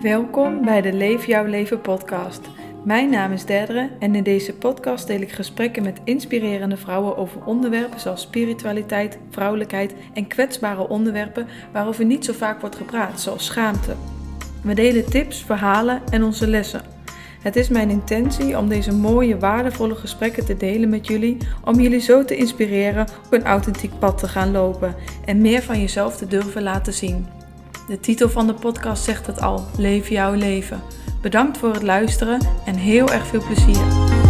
Welkom bij de Leef Jouw Leven podcast. Mijn naam is Derdere en in deze podcast deel ik gesprekken met inspirerende vrouwen over onderwerpen zoals spiritualiteit, vrouwelijkheid en kwetsbare onderwerpen waarover niet zo vaak wordt gepraat, zoals schaamte. We delen tips, verhalen en onze lessen. Het is mijn intentie om deze mooie, waardevolle gesprekken te delen met jullie, om jullie zo te inspireren op een authentiek pad te gaan lopen en meer van jezelf te durven laten zien. De titel van de podcast zegt het al, Leef jouw leven. Bedankt voor het luisteren en heel erg veel plezier.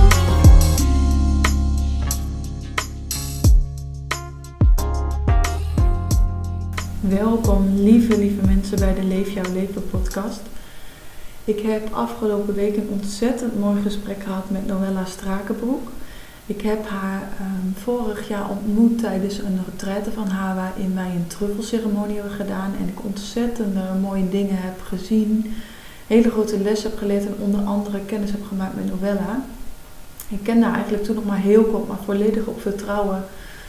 Welkom lieve mensen bij de Leef jouw leven podcast. Ik heb afgelopen week een ontzettend mooi gesprek gehad met Noëlla Strakenbroek. Ik heb haar vorig jaar ontmoet tijdens een retraite van haar waarin wij een truffelceremonie hebben gedaan en ik ontzettend mooie dingen heb gezien. Hele grote lessen heb geleerd en onder andere kennis heb gemaakt met Noëlla. Ik kende haar eigenlijk toen nog maar heel kort, maar volledig op vertrouwen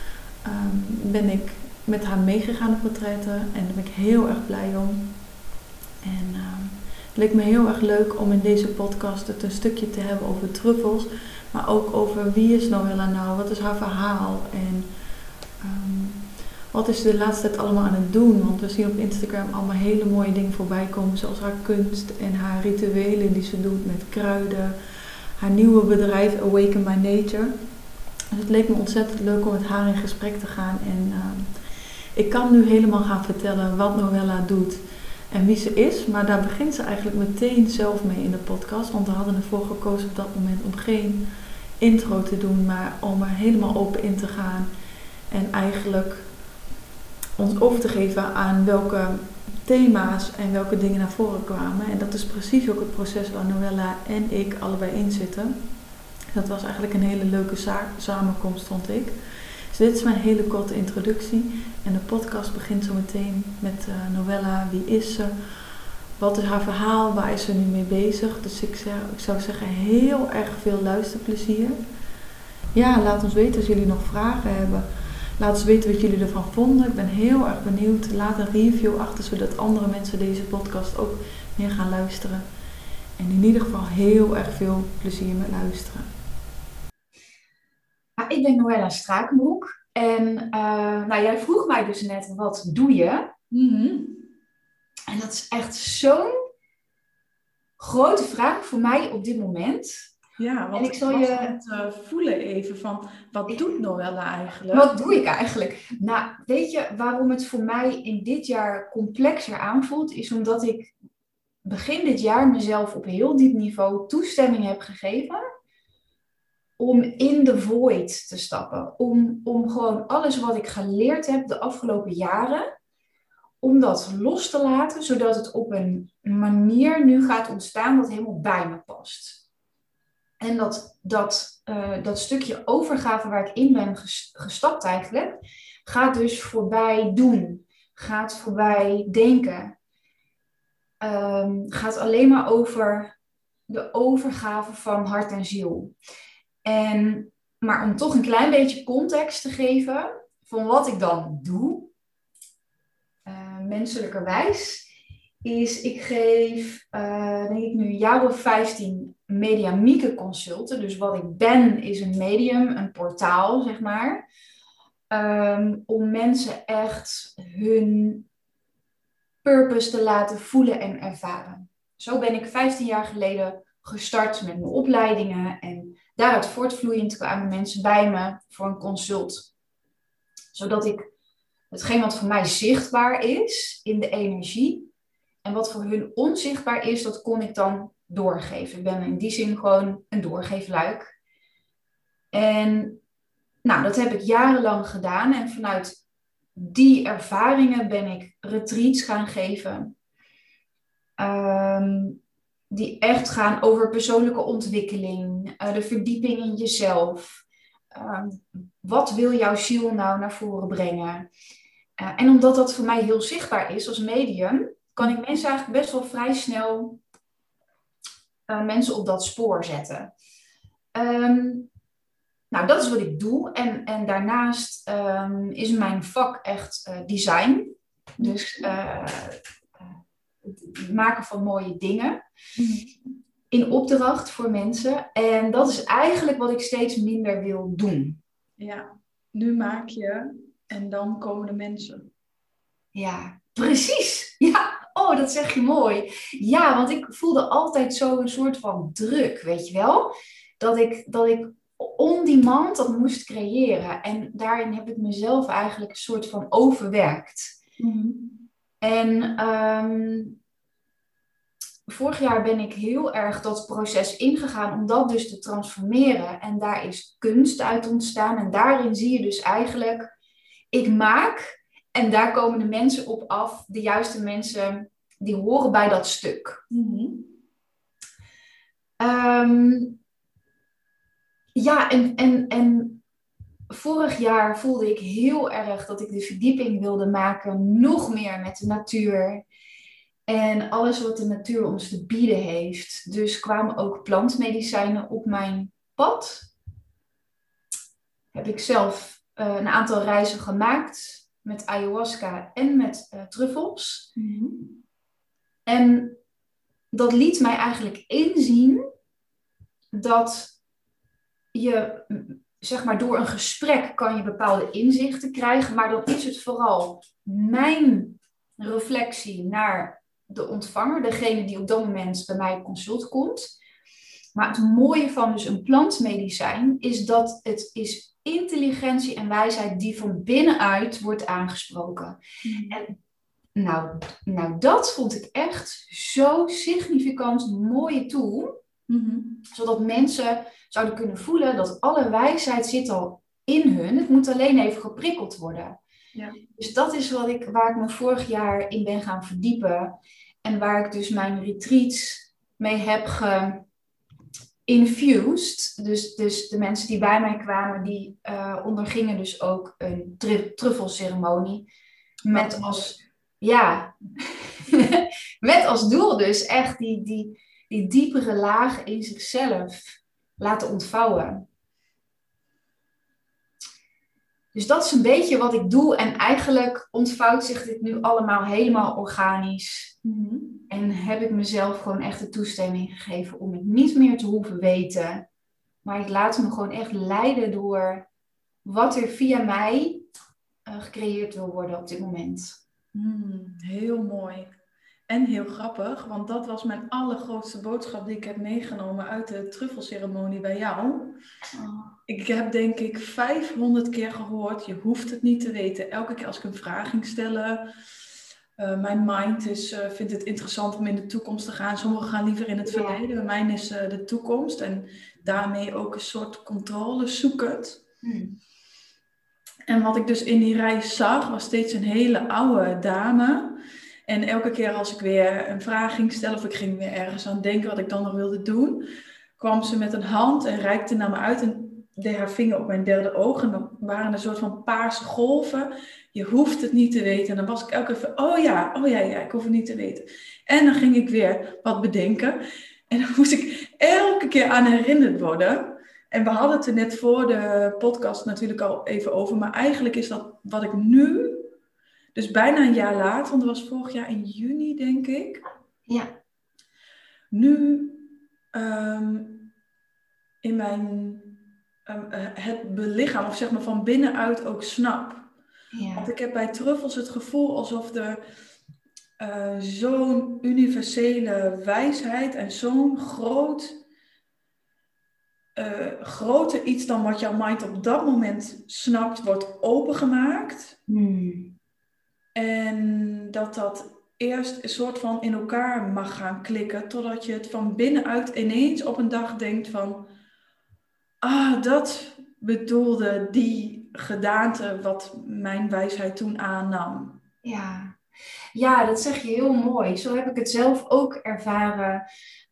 ben ik met haar meegegaan op retraite en daar ben ik heel erg blij om. En het leek me heel erg leuk om in deze podcast het een stukje te hebben over truffels. Maar ook over wie is Noëlla nou, wat is haar verhaal en wat is ze de laatste tijd allemaal aan het doen. Want we zien op Instagram allemaal hele mooie dingen voorbij komen. Zoals haar kunst en haar rituelen die ze doet met kruiden. Haar nieuwe bedrijf Awaken by Nature. Dus het leek me ontzettend leuk om met haar in gesprek te gaan. En ik kan nu helemaal gaan vertellen wat Noëlla doet en wie ze is. Maar daar begint ze eigenlijk meteen zelf mee in de podcast. Want we hadden ervoor gekozen op dat moment om geen intro te doen, maar om er helemaal open in te gaan. En eigenlijk ons over te geven aan welke thema's en welke dingen naar voren kwamen. En dat is precies ook het proces waar Noëlla en ik allebei in zitten. Dat was eigenlijk een hele leuke samenkomst, vond ik. Dus dit is mijn hele korte introductie. En de podcast begint zo meteen met Noëlla. Wie is ze? Wat is haar verhaal? Waar is ze nu mee bezig? Dus ik zou zeggen heel erg veel luisterplezier. Ja, laat ons weten als jullie nog vragen hebben. Laat ons weten wat jullie ervan vonden. Ik ben heel erg benieuwd. Laat een review achter, zodat andere mensen deze podcast ook meer gaan luisteren. En in ieder geval heel erg veel plezier met luisteren. Ik ben Noëlla Strakenbroek en jij vroeg mij dus net, wat doe je? En dat is echt zo'n grote vraag voor mij op dit moment. Ja, want en ik zal je voelen even van, wat doet Noëlla eigenlijk? Wat doe ik eigenlijk? Nou, weet je waarom het voor mij in dit jaar complexer aanvoelt? Is omdat ik begin dit jaar mezelf op heel diep niveau toestemming heb gegeven om in de void te stappen. Om gewoon alles wat ik geleerd heb de afgelopen jaren, om dat los te laten, zodat het op een manier nu gaat ontstaan dat helemaal bij me past. En dat stukje overgave waar ik in ben gestapt eigenlijk, gaat dus voorbij doen. Gaat voorbij denken. Gaat alleen maar over de overgave van hart en ziel. Maar om toch een klein beetje context te geven van wat ik dan doe, menselijkerwijs, is ik geef, denk ik nu, een jaar of 15 mediamieke consulten. Dus wat ik ben is een medium, een portaal, zeg maar. Om mensen echt hun purpose te laten voelen en ervaren. Zo ben ik 15 jaar geleden gestart met mijn opleidingen en daaruit voortvloeiend kwamen mensen bij me voor een consult. Zodat ik hetgeen wat voor mij zichtbaar is in de energie en wat voor hun onzichtbaar is, dat kon ik dan doorgeven. Ik ben in die zin gewoon een doorgeefluik. En dat heb ik jarenlang gedaan en vanuit die ervaringen ben ik retreats gaan geven. Die echt gaan over persoonlijke ontwikkeling, de verdieping in jezelf. Wat wil jouw ziel nou naar voren brengen? En omdat dat voor mij heel zichtbaar is als medium, kan ik mensen eigenlijk best wel vrij snel mensen op dat spoor zetten. Dat is wat ik doe. En daarnaast is mijn vak echt design. Dus het maken van mooie dingen. In opdracht voor mensen. En dat is eigenlijk wat ik steeds minder wil doen. Ja, nu maak je en dan komen de mensen. Ja, precies. Ja, oh, dat zeg je mooi. Ja, want ik voelde altijd zo een soort van druk, weet je wel? Dat ik on demand dat moest creëren. En daarin heb ik mezelf eigenlijk een soort van overwerkt. En vorig jaar ben ik heel erg dat proces ingegaan om dat dus te transformeren. En daar is kunst uit ontstaan. En daarin zie je dus eigenlijk, ik maak en daar komen de mensen op af. De juiste mensen die horen bij dat stuk. Ja, en vorig jaar voelde ik heel erg dat ik de verdieping wilde maken. Nog meer met de natuur. En alles wat de natuur ons te bieden heeft. Dus kwamen ook plantmedicijnen op mijn pad. Heb ik zelf een aantal reizen gemaakt. Met ayahuasca en met truffels. En dat liet mij eigenlijk inzien dat je, zeg maar, door een gesprek kan je bepaalde inzichten krijgen. Maar dan is het vooral mijn reflectie naar de ontvanger, degene die op dat moment bij mij op consult komt. Maar het mooie van dus een plantmedicijn is dat het is intelligentie en wijsheid die van binnenuit wordt aangesproken. En nou, dat vond ik echt zo significant een mooie tool. Zodat mensen zouden kunnen voelen dat alle wijsheid zit al in hun. Het moet alleen even geprikkeld worden. Ja. Dus dat is waar ik me vorig jaar in ben gaan verdiepen. En waar ik dus mijn retreats mee heb geïnfused. Dus de mensen die bij mij kwamen, die ondergingen dus ook een truffelceremonie. Met als doel dus echt die diepere lagen in zichzelf laten ontvouwen. Dus dat is een beetje wat ik doe. En eigenlijk ontvouwt zich dit nu allemaal helemaal organisch. En heb ik mezelf gewoon echt de toestemming gegeven om het niet meer te hoeven weten. Maar ik laat me gewoon echt leiden door wat er via mij gecreëerd wil worden op dit moment. Heel mooi. En heel grappig, want dat was mijn allergrootste boodschap die ik heb meegenomen uit de truffelceremonie bij jou. Ik heb denk ik 500 keer gehoord, je hoeft het niet te weten. Elke keer als ik een vraag ging stellen, mijn mind vindt het interessant om in de toekomst te gaan. Sommigen gaan liever in het verleden. Bij mij is de toekomst en daarmee ook een soort controle zoekend. En wat ik dus in die reis zag, was steeds een hele oude dame. En elke keer als ik weer een vraag ging stellen of ik ging weer ergens aan denken wat ik dan nog wilde doen, kwam ze met een hand en reikte naar me uit en deed haar vinger op mijn derde oog. En dan waren een soort van paarse golven. Je hoeft het niet te weten. En dan was ik elke keer van, oh ja, ik hoef het niet te weten. En dan ging ik weer wat bedenken. En dan moest ik elke keer aan herinnerd worden. En we hadden het er net voor de podcast natuurlijk al even over. Maar eigenlijk is dat wat ik nu, dus bijna een jaar later, want dat was vorig jaar in juni, denk ik. Ja. Nu in mijn het belichaam, of zeg maar van binnenuit ook snap. Ja. Want ik heb bij truffels het gevoel alsof er zo'n universele wijsheid en zo'n groter iets dan wat jouw mind op dat moment snapt, wordt opengemaakt. En dat eerst een soort van in elkaar mag gaan klikken, totdat je het van binnenuit ineens op een dag denkt van, dat bedoelde die gedaante wat mijn wijsheid toen aannam. Ja, dat zeg je heel mooi. Zo heb ik het zelf ook ervaren.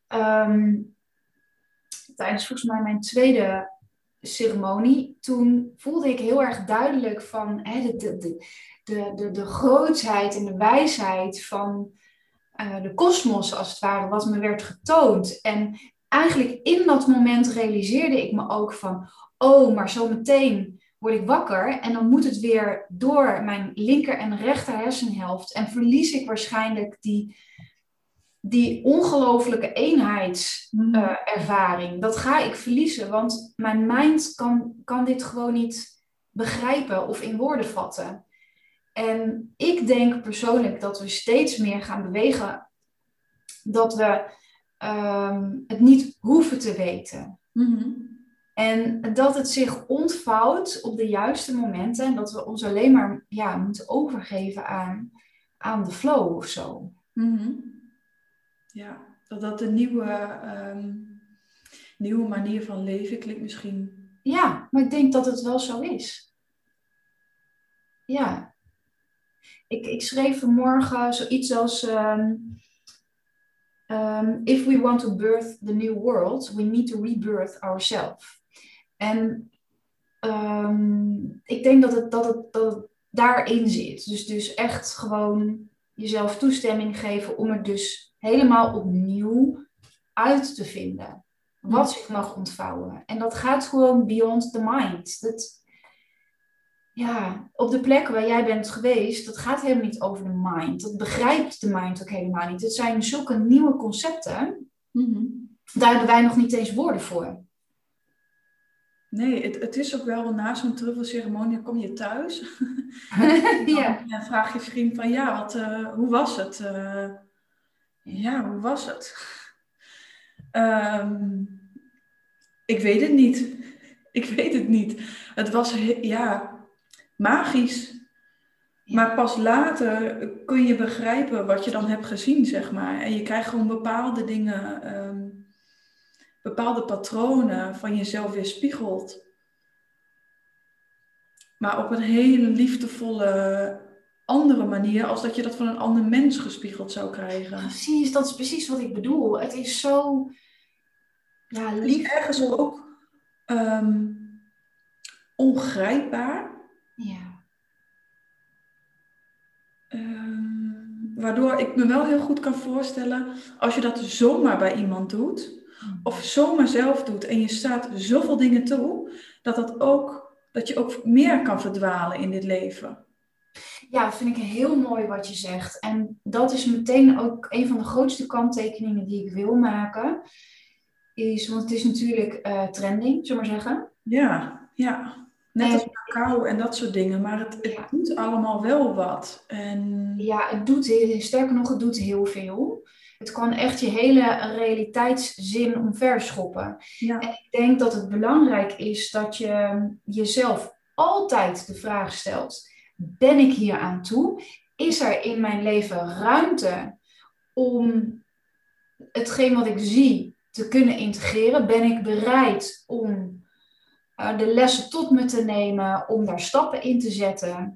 Tijdens volgens mij mijn tweede ceremonie. Toen voelde ik heel erg duidelijk van de grootsheid en de wijsheid van de kosmos als het ware, wat me werd getoond. En eigenlijk in dat moment realiseerde ik me ook van, maar zometeen word ik wakker en dan moet het weer door mijn linker en rechter hersenhelft en verlies ik waarschijnlijk die ongelooflijke eenheidservaring, dat ga ik verliezen. Want mijn mind kan dit gewoon niet begrijpen of in woorden vatten. En ik denk persoonlijk dat we steeds meer gaan bewegen dat we het niet hoeven te weten. En dat het zich ontvouwt op de juiste momenten en dat we ons alleen maar moeten overgeven aan de flow of zo. Ja, dat een nieuwe manier van leven klinkt misschien. Ja, maar ik denk dat het wel zo is. Ja. Ik schreef vanmorgen zoiets als if we want to birth the new world, we need to rebirth ourselves. En ik denk dat het daarin zit. Dus echt gewoon jezelf toestemming geven om het dus helemaal opnieuw uit te vinden. Wat zich mag ontvouwen. En dat gaat gewoon beyond the mind. Op de plek waar jij bent geweest, dat gaat helemaal niet over de mind. Dat begrijpt de mind ook helemaal niet. Het zijn zulke nieuwe concepten. Daar hebben wij nog niet eens woorden voor. Nee, het is ook wel na zo'n truffelceremonie, kom je thuis. En vraag je vriend van, hoe was het? Hoe was het? Ik weet het niet. Ik weet het niet. Het was, magisch. Maar pas later kun je begrijpen wat je dan hebt gezien, zeg maar. En je krijgt gewoon bepaalde dingen, bepaalde patronen van jezelf weerspiegeld. Maar op een hele liefdevolle, andere manier, als dat je dat van een ander mens gespiegeld zou krijgen. Precies, dat is precies wat ik bedoel. Het is zo liefdevol. Het is ergens ook ongrijpbaar. Ja. Waardoor ik me wel heel goed kan voorstellen, als je dat zomaar bij iemand doet, of zomaar zelf doet en je staat zoveel dingen toe, dat je ook meer kan verdwalen in dit leven. Ja, vind ik heel mooi wat je zegt. En dat is meteen ook een van de grootste kanttekeningen die ik wil maken. Want het is natuurlijk trending, zullen we maar zeggen. Ja. Net als cacao en dat soort dingen. Maar het doet allemaal wel wat. En... Ja, sterker nog, het doet heel veel. Het kan echt je hele realiteitszin omverschoppen. Ja. En ik denk dat het belangrijk is dat je jezelf altijd de vraag stelt: ben ik hier aan toe? Is er in mijn leven ruimte om hetgeen wat ik zie te kunnen integreren? Ben ik bereid om de lessen tot me te nemen, om daar stappen in te zetten?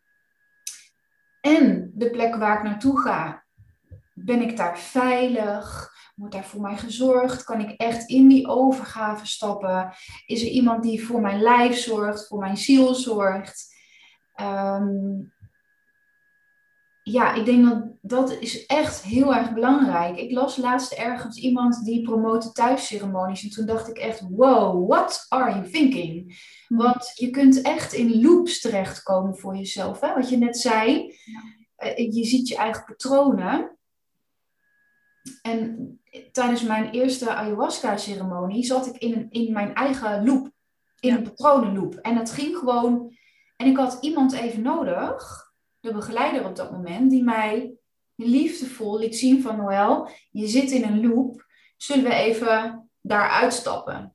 En de plek waar ik naartoe ga, ben ik daar veilig? Wordt daar voor mij gezorgd? Kan ik echt in die overgave stappen? Is er iemand die voor mijn lijf zorgt, voor mijn ziel zorgt? Ik denk dat is echt heel erg belangrijk. Ik las laatst ergens iemand die promote thuisceremonies. En toen dacht ik echt, wow, what are you thinking? Want je kunt echt in loops terechtkomen voor jezelf. Hè? Wat je net zei, je ziet je eigen patronen. En tijdens mijn eerste ayahuasca-ceremonie zat ik in mijn eigen loop. In een patronenloop. En het ging gewoon... En ik had iemand even nodig, de begeleider op dat moment, die mij liefdevol liet zien van: Noël, je zit in een loop. Zullen we even daar uitstappen?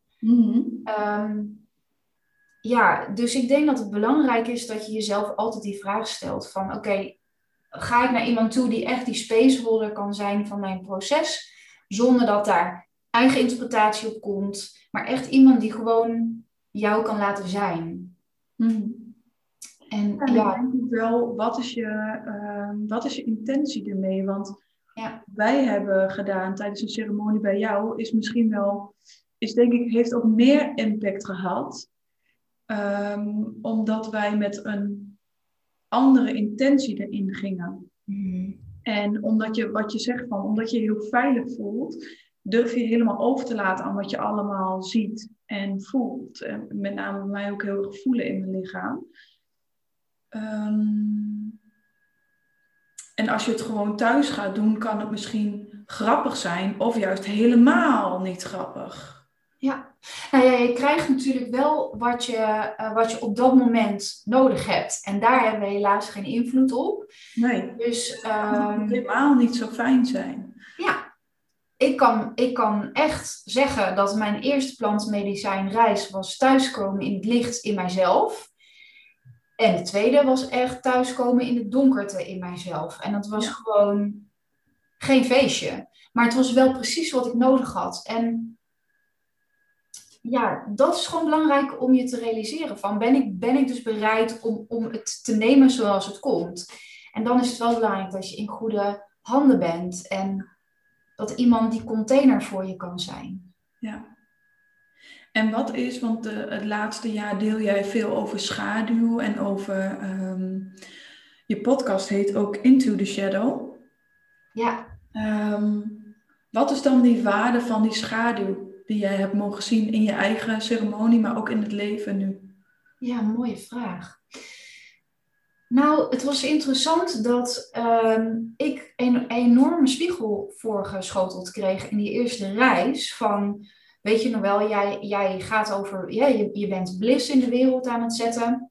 Dus ik denk dat het belangrijk is dat je jezelf altijd die vraag stelt van: oké, ga ik naar iemand toe die echt die spaceholder kan zijn van mijn proces, zonder dat daar eigen interpretatie op komt, maar echt iemand die gewoon jou kan laten zijn. En ik denk ook wel, wat is je intentie ermee? Want wat wij hebben gedaan tijdens een ceremonie bij jou heeft ook meer impact gehad. Omdat wij met een andere intentie erin gingen. En omdat omdat je heel veilig voelt, durf je helemaal over te laten aan wat je allemaal ziet en voelt. En met name bij mij ook heel erg voelen in mijn lichaam. En als je het gewoon thuis gaat doen, kan het misschien grappig zijn of juist helemaal niet grappig. Ja, nou ja, je krijgt natuurlijk wel wat je op dat moment nodig hebt. En daar hebben we helaas geen invloed op. Nee, Dus het kan helemaal niet zo fijn zijn. ja, ik kan echt zeggen dat mijn eerste plantmedicijnreis was thuiskomen in het licht in mijzelf. En de tweede was echt thuiskomen in de donkerte in mijzelf. En dat was Ja, gewoon geen feestje. Maar het was wel precies wat ik nodig had. En ja, dat is gewoon belangrijk om je te realiseren van ben ik dus bereid om het te nemen zoals het komt. En dan is het wel belangrijk dat je in goede handen bent en dat iemand die container voor je kan zijn. ja. En wat is, want het laatste jaar deel jij veel over schaduw en over, je podcast heet ook Into the Shadow. Ja, Ehm, wat is dan die waarde van die schaduw die jij hebt mogen zien in je eigen ceremonie, maar ook in het leven nu? ja, mooie vraag. Nou, het was interessant dat ik een enorme spiegel voorgeschoteld kreeg in die eerste reis. Van, weet je nog wel, jij gaat over, ja, je bent bliss in de wereld aan het zetten.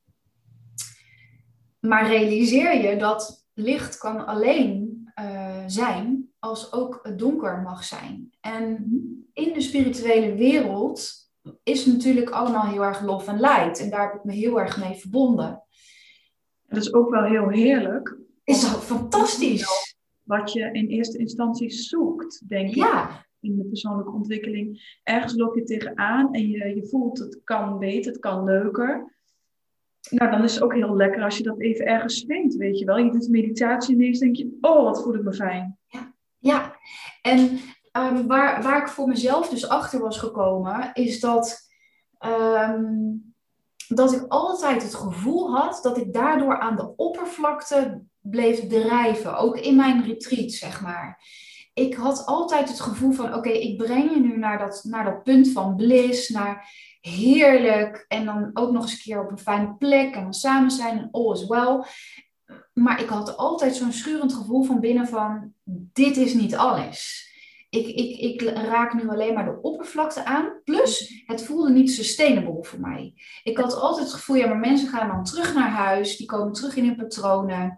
Maar realiseer je dat licht kan alleen zijn als ook het donker mag zijn. En in de spirituele wereld is natuurlijk allemaal heel erg lof en light. En daar heb ik me heel erg mee verbonden. Dat is ook wel heel heerlijk. Is dat fantastisch? Wat je in eerste instantie zoekt, denk ik, Ja, in de persoonlijke ontwikkeling. Ergens loop je tegenaan en je voelt het kan beter, het kan leuker. Nou, dan is het ook heel lekker als je dat even ergens vindt, weet je wel. Je doet meditatie en ineens denk je, oh, wat voel ik me fijn. ja. En waar ik voor mezelf dus achter was gekomen, is ehm, dat ik altijd het gevoel had dat ik daardoor aan de oppervlakte bleef drijven. Ook in mijn retreat, zeg maar. Ik had altijd het gevoel van, oké, ik breng je nu naar dat punt van bliss, naar heerlijk. En dan ook nog eens een keer op een fijne plek en dan samen zijn en all is well. Maar ik had altijd zo'n schurend gevoel van binnen van, dit is niet alles. Ik raak nu alleen maar de oppervlakte aan. Plus, het voelde niet sustainable voor mij. Ik had altijd het gevoel, ja, maar mensen gaan dan terug naar huis. Die komen terug in hun patronen.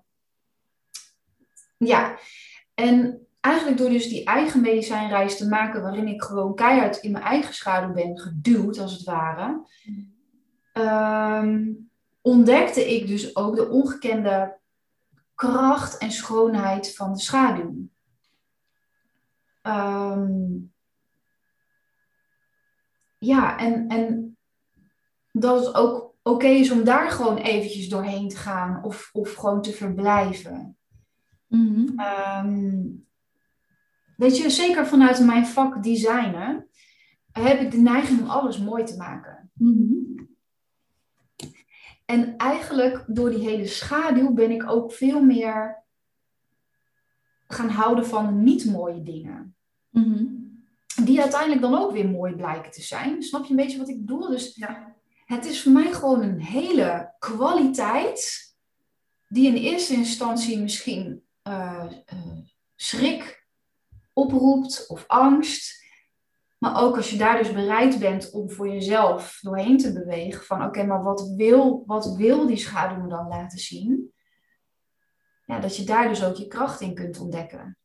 Ja, en eigenlijk door dus die eigen medicijnreis te maken, waarin ik gewoon keihard in mijn eigen schaduw ben geduwd, als het ware, ontdekte ik dus ook de ongekende kracht en schoonheid van de schaduw. Ja, en dat het ook oké is om daar gewoon eventjes doorheen te gaan of gewoon te verblijven. Weet je, zeker vanuit mijn vak designen heb ik de neiging om alles mooi te maken. En eigenlijk door die hele schaduw ben ik ook veel meer gaan houden van niet mooie dingen. Die uiteindelijk dan ook weer mooi blijken te zijn. Snap je een beetje wat ik bedoel? Dus Ja. het is voor mij gewoon een hele kwaliteit die in eerste instantie misschien schrik oproept of angst. Maar ook als je daar dus bereid bent om voor jezelf doorheen te bewegen van oké, maar wat wil die schaduw me dan laten zien? Ja, dat je daar dus ook je kracht in kunt ontdekken.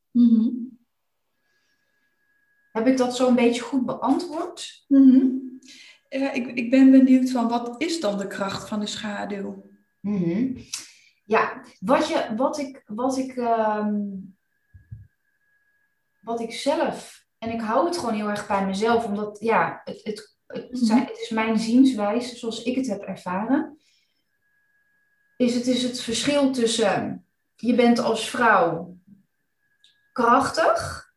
Heb ik dat zo'n beetje goed beantwoord? Ja, ik ben benieuwd van wat is dan de kracht van de schaduw? Ja, wat ik zelf, en ik hou het gewoon heel erg bij mezelf, omdat ja, het is mijn zienswijze zoals ik het heb ervaren, is het verschil tussen je bent als vrouw krachtig,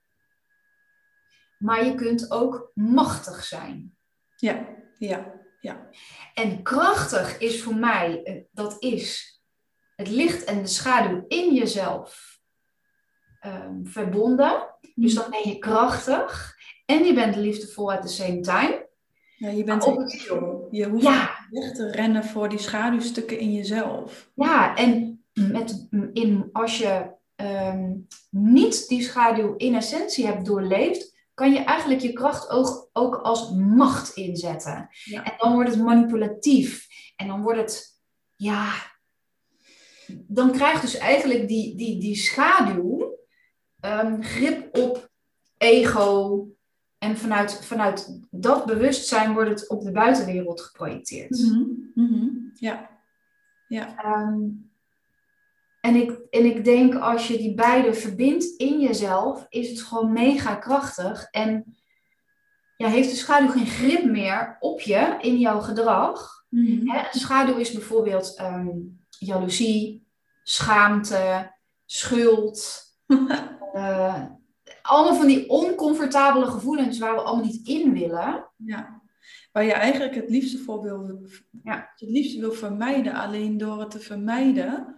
maar je kunt ook machtig zijn. Ja. En krachtig is voor mij, dat is het licht en de schaduw in jezelf verbonden. Dus dan ben je krachtig en je bent liefdevol at the same time. Ja, je bent heel. Je hoeft niet weg te rennen voor die schaduwstukken in jezelf. Ja, en als je niet die schaduw in essentie hebt doorleefd, kan je eigenlijk je kracht ook als macht inzetten. Ja. En dan wordt het manipulatief. En dan wordt het, ja, dan krijgt dus eigenlijk die schaduw grip op ego. En vanuit dat bewustzijn wordt het op de buitenwereld geprojecteerd. Ja. Ja. En ik denk als je die beide verbindt in jezelf, is het gewoon mega krachtig. En ja, heeft de schaduw geen grip meer op je in jouw gedrag. Hè? Een schaduw is bijvoorbeeld jaloezie, schaamte, schuld. Allemaal van die oncomfortabele gevoelens waar we allemaal niet in willen. Ja. Waar je eigenlijk het liefste voor wil vermijden. Alleen door het te vermijden.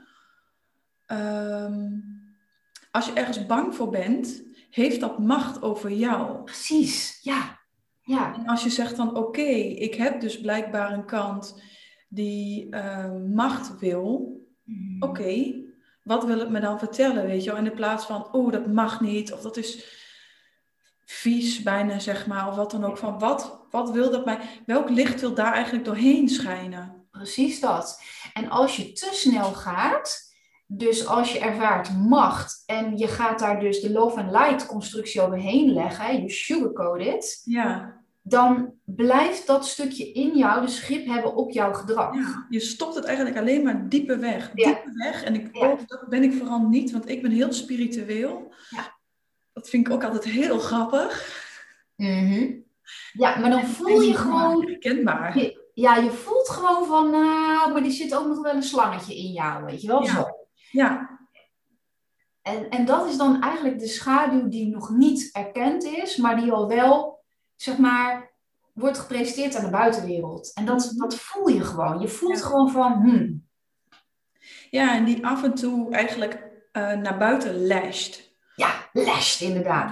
Als je ergens bang voor bent, heeft dat macht over jou. Precies, ja. En als je zegt dan, oké, ik heb dus blijkbaar een kant die macht wil. Oké, wat wil het me dan vertellen, weet je wel? In de plaats van, oh, dat mag niet, of dat is vies bijna, zeg maar, of wat dan ook. Van, wat wil dat mij, welk licht wil daar eigenlijk doorheen schijnen? Precies dat. En als je te snel gaat, dus als je ervaart macht en je gaat daar dus de love and light constructie overheen leggen, je sugarcoat it, dan blijft dat stukje in jou dus grip hebben op jouw gedrag. Ja, je stopt het eigenlijk alleen maar dieper weg. Dieper weg. En dat ben ik vooral niet, want ik ben heel spiritueel. Ja. Dat vind ik ook altijd heel grappig. Ja, maar dan voel je gewoon... Herkenbaar. Je voelt gewoon van, nou, maar die zit ook nog wel een slangetje in jou, weet je wel, zo. Ja. En dat is dan eigenlijk de schaduw die nog niet erkend is, maar die al wel, zeg maar, wordt gepresenteerd aan de buitenwereld. En dat voel je gewoon. Je voelt gewoon van, Ja, en die af en toe eigenlijk naar buiten lasht. Ja, lasht inderdaad.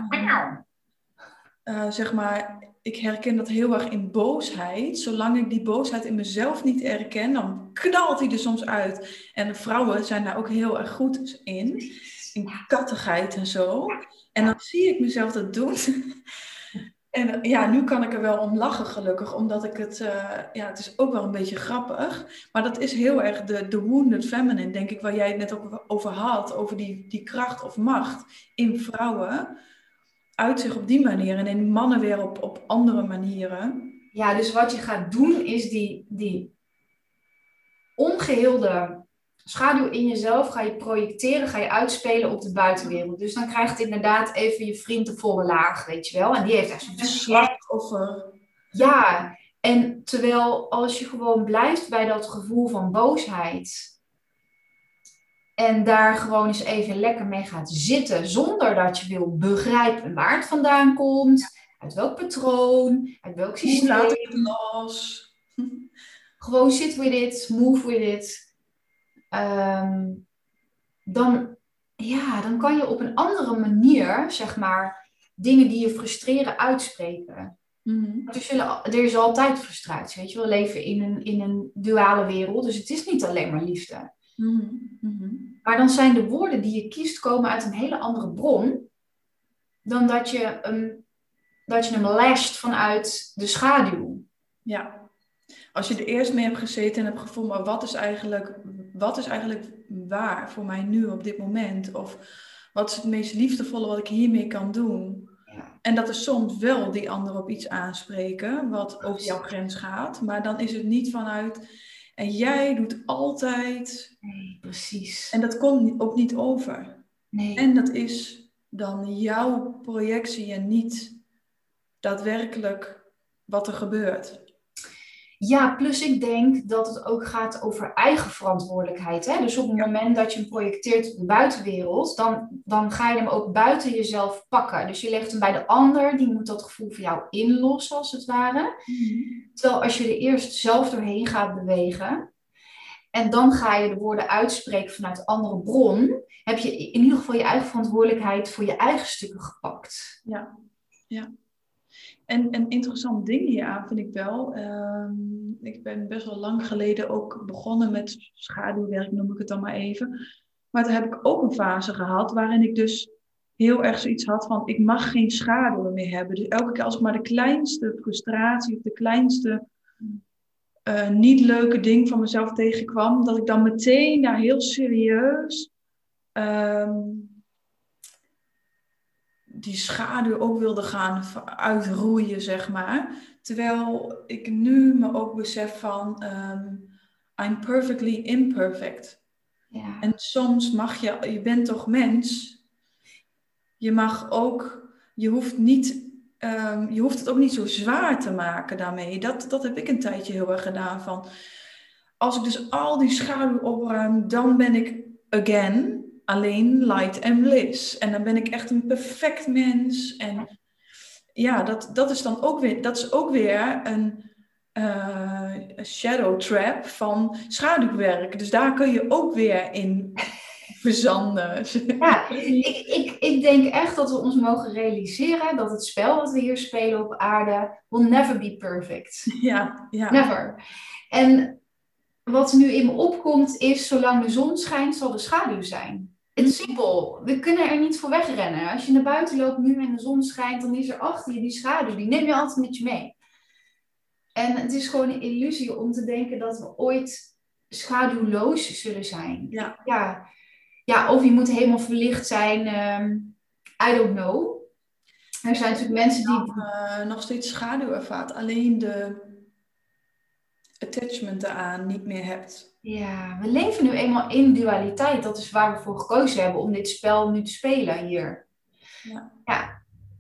Zeg maar, ik herken dat heel erg in boosheid. Zolang ik die boosheid in mezelf niet erken, dan knalt die er soms uit. En de vrouwen zijn daar ook heel erg goed in. In kattigheid en zo. En dan zie ik mezelf dat doen. En nu kan ik er wel om lachen gelukkig. Omdat ik het is ook wel een beetje grappig. Maar dat is heel erg de wounded feminine, denk ik. Waar jij het net ook over had. Over die kracht of macht in vrouwen. Uit zich op die manier. En in mannen weer op andere manieren. Ja, dus wat je gaat doen is die ongeheelde schaduw in jezelf ga je projecteren, ga je uitspelen op de buitenwereld. Dus dan krijgt inderdaad even je vriend de volle laag, weet je wel. En die heeft echt zo'n slachtoffer. Ja, en terwijl als je gewoon blijft bij dat gevoel van boosheid en daar gewoon eens even lekker mee gaat zitten, zonder dat je wil begrijpen waar het vandaan komt, uit welk patroon, uit welk systeem. Hoe laat ik het los? Gewoon sit with it, move with it. Dan kan je op een andere manier, zeg maar, dingen die je frustreren uitspreken. Er is altijd frustratie, weet je. We leven in een duale wereld, dus het is niet alleen maar liefde. Maar dan zijn de woorden die je kiest komen uit een hele andere bron dan dat je hem lasht vanuit de schaduw. Ja. Als je er eerst mee hebt gezeten en hebt gevoeld, maar wat is eigenlijk waar voor mij nu op dit moment? Of wat is het meest liefdevolle wat ik hiermee kan doen? Ja. En dat is soms wel die ander op iets aanspreken, wat over jouw grens gaat. Maar dan is het niet vanuit, en jij doet altijd. Nee, precies. En dat komt ook niet over. Nee. En dat is dan jouw projectie en niet daadwerkelijk wat er gebeurt. Ja, plus ik denk dat het ook gaat over eigen verantwoordelijkheid. Hè? Dus op het moment dat je hem projecteert op de buitenwereld, dan ga je hem ook buiten jezelf pakken. Dus je legt hem bij de ander, die moet dat gevoel voor jou inlossen, als het ware. Terwijl als je er eerst zelf doorheen gaat bewegen, en dan ga je de woorden uitspreken vanuit een andere bron, heb je in ieder geval je eigen verantwoordelijkheid voor je eigen stukken gepakt. Ja. En een interessant ding hieraan vind ik wel. Ik ben best wel lang geleden ook begonnen met schaduwwerk, noem ik het dan maar even. Maar toen heb ik ook een fase gehad waarin ik dus heel erg zoiets had van, ik mag geen schaduwen meer hebben. Dus elke keer als ik maar de kleinste frustratie of de kleinste niet leuke ding van mezelf tegenkwam, dat ik dan meteen daar heel serieus die schaduw ook wilde gaan uitroeien, zeg maar. Terwijl ik nu me ook besef van, I'm perfectly imperfect. Ja. En soms mag je bent toch mens. Je mag ook, je hoeft het ook niet zo zwaar te maken daarmee. Dat heb ik een tijdje heel erg gedaan van. Als ik dus al die schaduw opruim, dan ben ik again alleen light and bliss. En dan ben ik echt een perfect mens. En ja, dat is dan ook weer een shadow trap van schaduwwerk. Dus daar kun je ook weer in verzanden. Ja, ik denk echt dat we ons mogen realiseren dat het spel dat we hier spelen op aarde will never be perfect. Ja. Never. En wat nu in me opkomt is, zolang de zon schijnt, zal de schaduw zijn. Het is simpel. We kunnen er niet voor wegrennen. Als je naar buiten loopt nu en de zon schijnt, dan is er achter je die schaduw. Die neem je altijd met je mee. En het is gewoon een illusie om te denken dat we ooit schaduwloos zullen zijn. Ja, of je moet helemaal verlicht zijn. I don't know. Er zijn natuurlijk mensen die... nog steeds schaduw ervaart. Alleen de attachment eraan niet meer hebt. Ja, we leven nu eenmaal in dualiteit. Dat is waar we voor gekozen hebben om dit spel nu te spelen hier. Ja.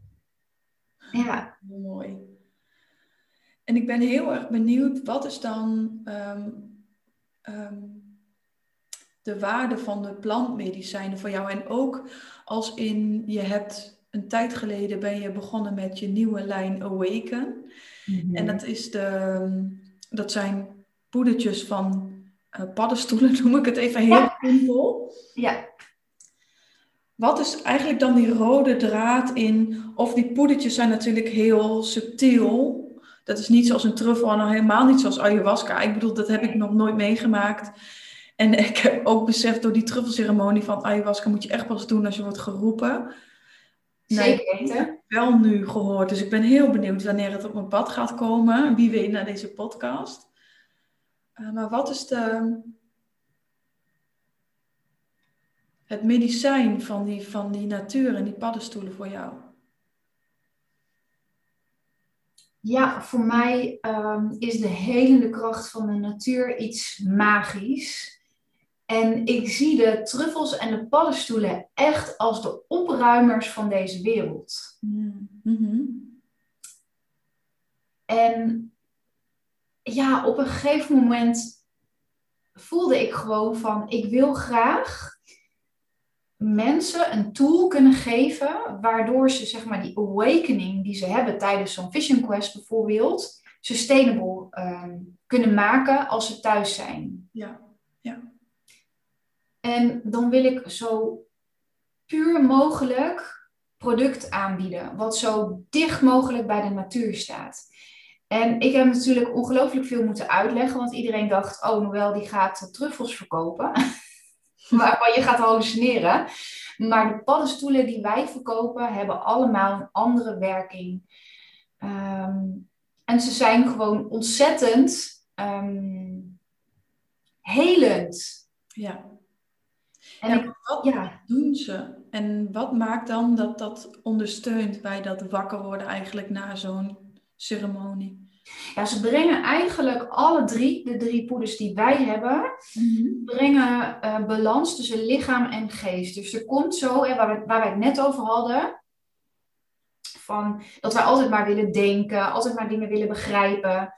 Heel mooi. En ik ben heel erg benieuwd, wat is dan de waarde van de plantmedicijnen voor jou? En ook als je hebt een tijd geleden ben je begonnen met je nieuwe lijn Awaken. Mm-hmm. En dat zijn poedertjes van paddenstoelen, noem ik het even heel simpel. Ja. Wat is eigenlijk dan die rode draad in? Of die poedertjes zijn natuurlijk heel subtiel. Dat is niet zoals een truffel en al helemaal niet zoals ayahuasca. Ik bedoel, dat heb ik nog nooit meegemaakt. En ik heb ook beseft door die truffelceremonie van ayahuasca moet je echt pas doen als je wordt geroepen. Zeker weten. Ik heb wel nu gehoord, dus ik ben heel benieuwd wanneer het op mijn pad gaat komen. Wie weet naar deze podcast. Maar wat is het medicijn van die natuur en die paddenstoelen voor jou? Ja, voor mij is de helende kracht van de natuur iets magisch. En ik zie de truffels en de paddenstoelen echt als de opruimers van deze wereld. Mm-hmm. En ja, op een gegeven moment voelde ik gewoon van, ik wil graag mensen een tool kunnen geven, waardoor ze zeg maar die awakening die ze hebben tijdens zo'n Vision Quest bijvoorbeeld, sustainable kunnen maken als ze thuis zijn. Ja. En dan wil ik zo puur mogelijk product aanbieden, wat zo dicht mogelijk bij de natuur staat. En ik heb natuurlijk ongelooflijk veel moeten uitleggen, want iedereen dacht, oh, Noël die gaat truffels verkopen. Maar je gaat hallucineren. Maar de paddenstoelen die wij verkopen hebben allemaal een andere werking. En ze zijn gewoon ontzettend helend. Ja. En wat doen ze? En wat maakt dan dat ondersteunt bij dat wakker worden eigenlijk na zo'n ceremonie? Ja, ze brengen eigenlijk alle de drie poeders die wij hebben, brengen balans tussen lichaam en geest. Dus er komt zo, waar wij het net over hadden, van dat wij altijd maar willen denken, altijd maar dingen willen begrijpen.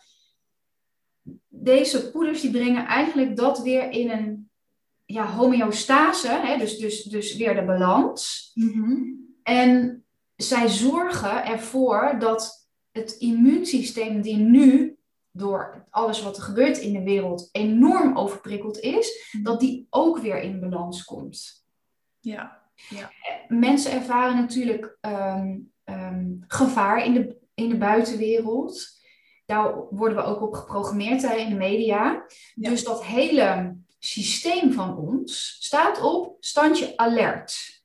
Deze poeders die brengen eigenlijk dat weer in een homeostase, hè? Dus weer de balans. Mm-hmm. En zij zorgen ervoor dat het immuunsysteem die nu door alles wat er gebeurt in de wereld enorm overprikkeld is, dat die ook weer in balans komt. Ja. Mensen ervaren natuurlijk gevaar in de buitenwereld. Daar worden we ook op geprogrammeerd in de media. Ja. Dus dat hele systeem van ons staat op standje alert.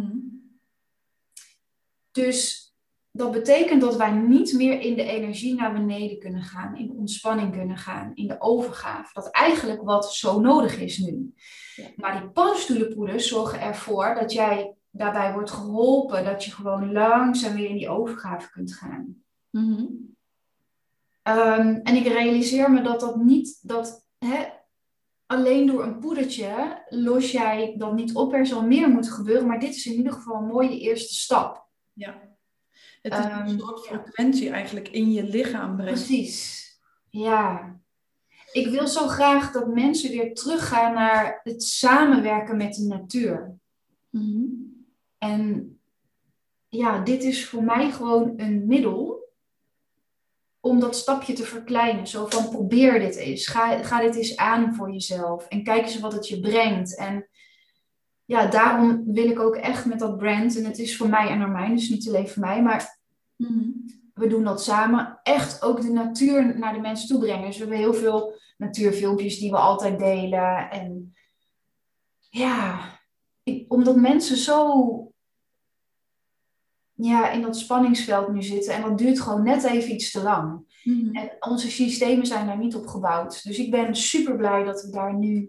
Dus dat betekent dat wij niet meer in de energie naar beneden kunnen gaan, in de ontspanning kunnen gaan, in de overgave. Dat eigenlijk wat zo nodig is nu. Ja. Maar die paddenstoelenpoeders zorgen ervoor dat jij daarbij wordt geholpen, dat je gewoon langzaam weer in die overgave kunt gaan. En ik realiseer me dat niet, alleen door een poedertje los jij dat niet op. Er zal meer moeten gebeuren, maar dit is in ieder geval een mooie eerste stap. Ja. Het is een soort frequentie eigenlijk in je lichaam brengt. Precies, ja. Ik wil zo graag dat mensen weer teruggaan naar het samenwerken met de natuur. En ja, dit is voor mij gewoon een middel om dat stapje te verkleinen. Zo van, probeer dit eens. Ga dit eens aan voor jezelf. En kijk eens wat het je brengt. En ja, daarom wil ik ook echt met dat brand. En het is voor mij en Armijn, dus niet alleen voor mij. Maar we doen dat samen. Echt ook de natuur naar de mensen toe brengen. Dus we hebben heel veel natuurfilmpjes die we altijd delen. En ja, omdat mensen zo in dat spanningsveld nu zitten. En dat duurt gewoon net even iets te lang. En onze systemen zijn daar niet op gebouwd. Dus ik ben super blij dat we daar nu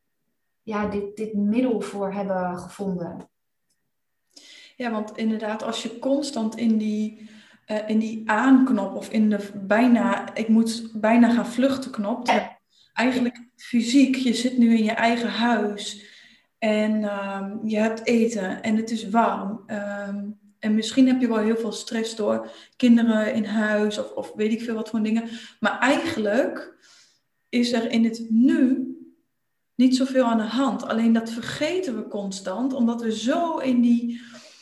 dit middel voor hebben gevonden. Ja, want inderdaad, als je constant in die aanknop of in de ik moet bijna gaan vluchten knop. Eigenlijk fysiek, je zit nu in je eigen huis en je hebt eten en het is warm. En misschien heb je wel heel veel stress door kinderen in huis of weet ik veel wat voor dingen. Maar eigenlijk is er in het nu niet zoveel aan de hand. Alleen dat vergeten we constant, omdat we zo in die...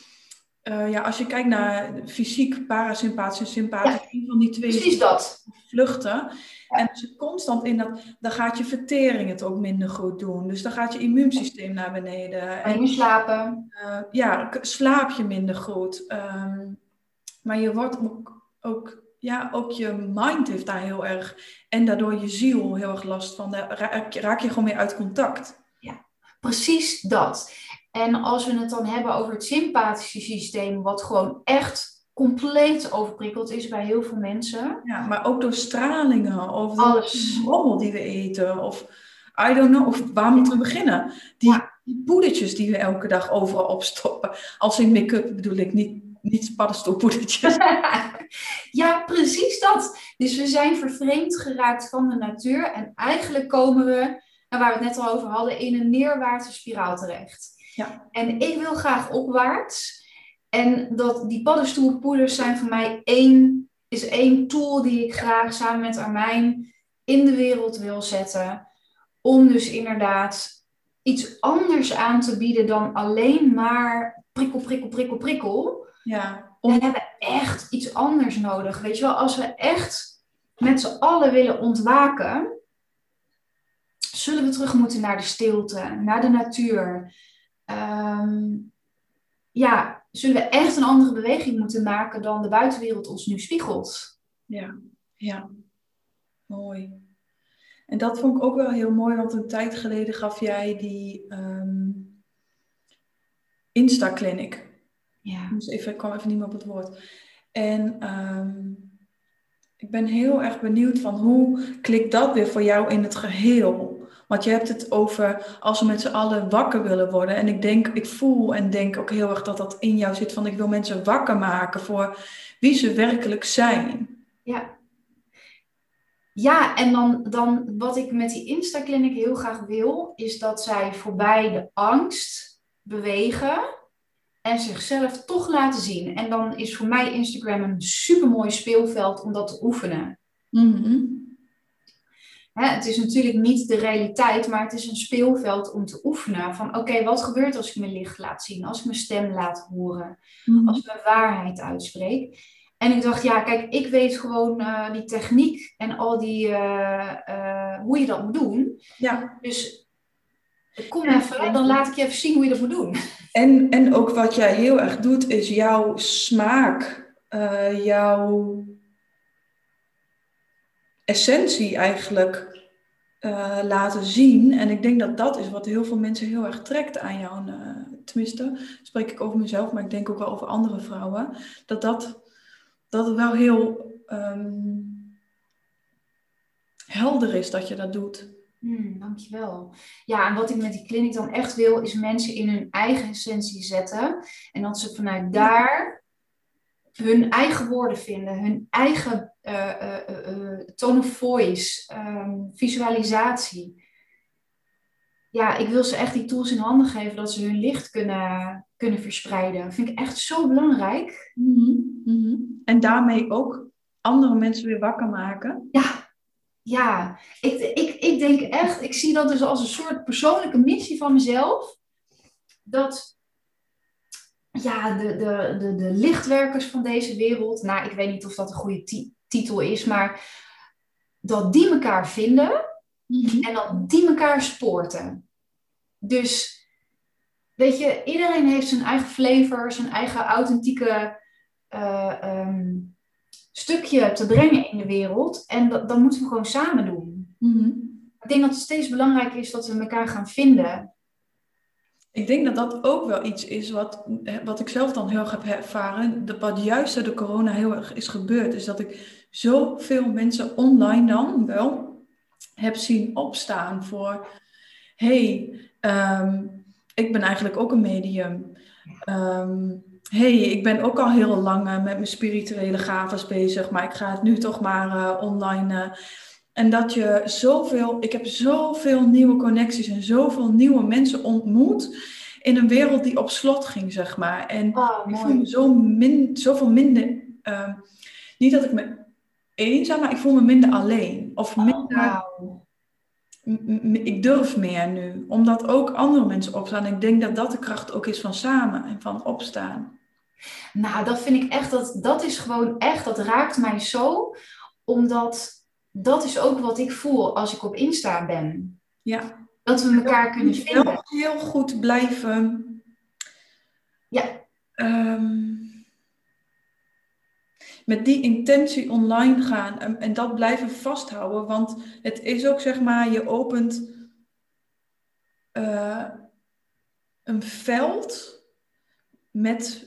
als je kijkt naar fysiek, parasympathisch en sympathisch, een van die twee... Precies dat. Vluchten. Ja. En als je constant in dat... Dan gaat je vertering het ook minder goed doen. Dus dan gaat je immuunsysteem naar beneden. En je slapen. Slaap je minder goed. Maar je wordt ook je mind heeft daar heel erg... En daardoor je ziel heel erg last van. Daar raak je gewoon mee uit contact. Ja, precies dat. En als we het dan hebben over het sympathische systeem... wat gewoon echt compleet overprikkeld is bij heel veel mensen. Ja, maar ook door stralingen. Of alles. De rommel die we eten. Of I don't know. Of waar moeten we beginnen? Die poedertjes die we elke dag overal opstoppen. Als in make-up bedoel ik niet paddenstoelpoedertjes. Ja, precies dat. Dus we zijn vervreemd geraakt van de natuur. En eigenlijk komen we, waar we het net al over hadden, in een neerwaartse spiraal terecht. Ja. En ik wil graag opwaarts. En die paddenstoelpoeders zijn voor mij één tool die ik graag samen met Armijn in de wereld wil zetten. Om dus inderdaad iets anders aan te bieden dan alleen maar prikkel, prikkel, prikkel, prikkel. Ja. We hebben echt iets anders nodig. Weet je wel, als we echt met z'n allen willen ontwaken, zullen we terug moeten naar de stilte, naar de natuur. Zullen we echt een andere beweging moeten maken dan de buitenwereld ons nu spiegelt. Ja. Mooi. En dat vond ik ook wel heel mooi, want een tijd geleden gaf jij die Insta-clinic. Ja. Dus ik kwam even niet meer op het woord. En ik ben heel erg benieuwd van hoe klikt dat weer voor jou in het geheel? Want je hebt het over als we met z'n allen wakker willen worden. En ik voel en denk ook heel erg dat dat in jou zit. Van ik wil mensen wakker maken voor wie ze werkelijk zijn. Ja. Ja, en dan wat ik met die Insta-clinic heel graag wil, is dat zij voorbij de angst bewegen en zichzelf toch laten zien. En dan is voor mij Instagram een supermooi speelveld om dat te oefenen. Het is natuurlijk niet de realiteit, maar het is een speelveld om te oefenen. Van oké, wat gebeurt als ik mijn licht laat zien? Als ik mijn stem laat horen? Als ik mijn waarheid uitspreek? En ik dacht, kijk, ik weet gewoon die techniek en al die, hoe je dat moet doen. Ja. Dus kom even, dan laat ik je even zien hoe je dat moet doen. En ook wat jij heel erg doet, is jouw smaak jouw essentie eigenlijk laten zien. En ik denk dat dat is wat heel veel mensen heel erg trekt aan jou. Tenminste, spreek ik over mezelf, maar ik denk ook wel over andere vrouwen. Dat het wel heel helder is dat je dat doet. Dankjewel. Ja, en wat ik met die kliniek dan echt wil, is mensen in hun eigen essentie zetten. En dat ze vanuit daar hun eigen woorden vinden, hun eigen tone of voice, visualisatie. Ja, ik wil ze echt die tools in handen geven dat ze hun licht kunnen verspreiden. Dat vind ik echt zo belangrijk. En daarmee ook andere mensen weer wakker maken. Ja. Ik denk echt, ik zie dat dus als een soort persoonlijke missie van mezelf. Dat de lichtwerkers van deze wereld, nou, ik weet niet of dat een goede titel is, maar dat die elkaar vinden en dat die elkaar spoorten. Dus, weet je, iedereen heeft zijn eigen flavor, zijn eigen authentieke stukje te brengen in de wereld. En dat moeten we gewoon samen doen. Ik denk dat het steeds belangrijk is dat we elkaar gaan vinden. Ik denk dat dat ook wel iets is wat ik zelf dan heel erg heb ervaren. Wat juist door de corona heel erg is gebeurd. Is dat ik zoveel mensen online dan wel heb zien opstaan voor... ik ben eigenlijk ook een medium. Ik ben ook al heel lang met mijn spirituele gaves bezig. Maar ik ga het nu toch maar online... En dat ik heb zoveel nieuwe connecties en zoveel nieuwe mensen ontmoet in een wereld die op slot ging, zeg maar. En ik voel me zoveel minder, niet dat ik me eenzaam, maar ik voel me minder alleen. Of minder, ik durf meer nu, omdat ook andere mensen opstaan. En ik denk dat dat de kracht ook is van samen en van opstaan. Nou, dat vind ik echt, dat is gewoon echt, dat raakt mij zo, omdat... Dat is ook wat ik voel als ik op Insta ben. Ja. Dat we elkaar kunnen vinden. Wel heel goed blijven. Ja. Met die intentie online gaan en dat blijven vasthouden. Want het is ook, zeg maar, je opent een veld met...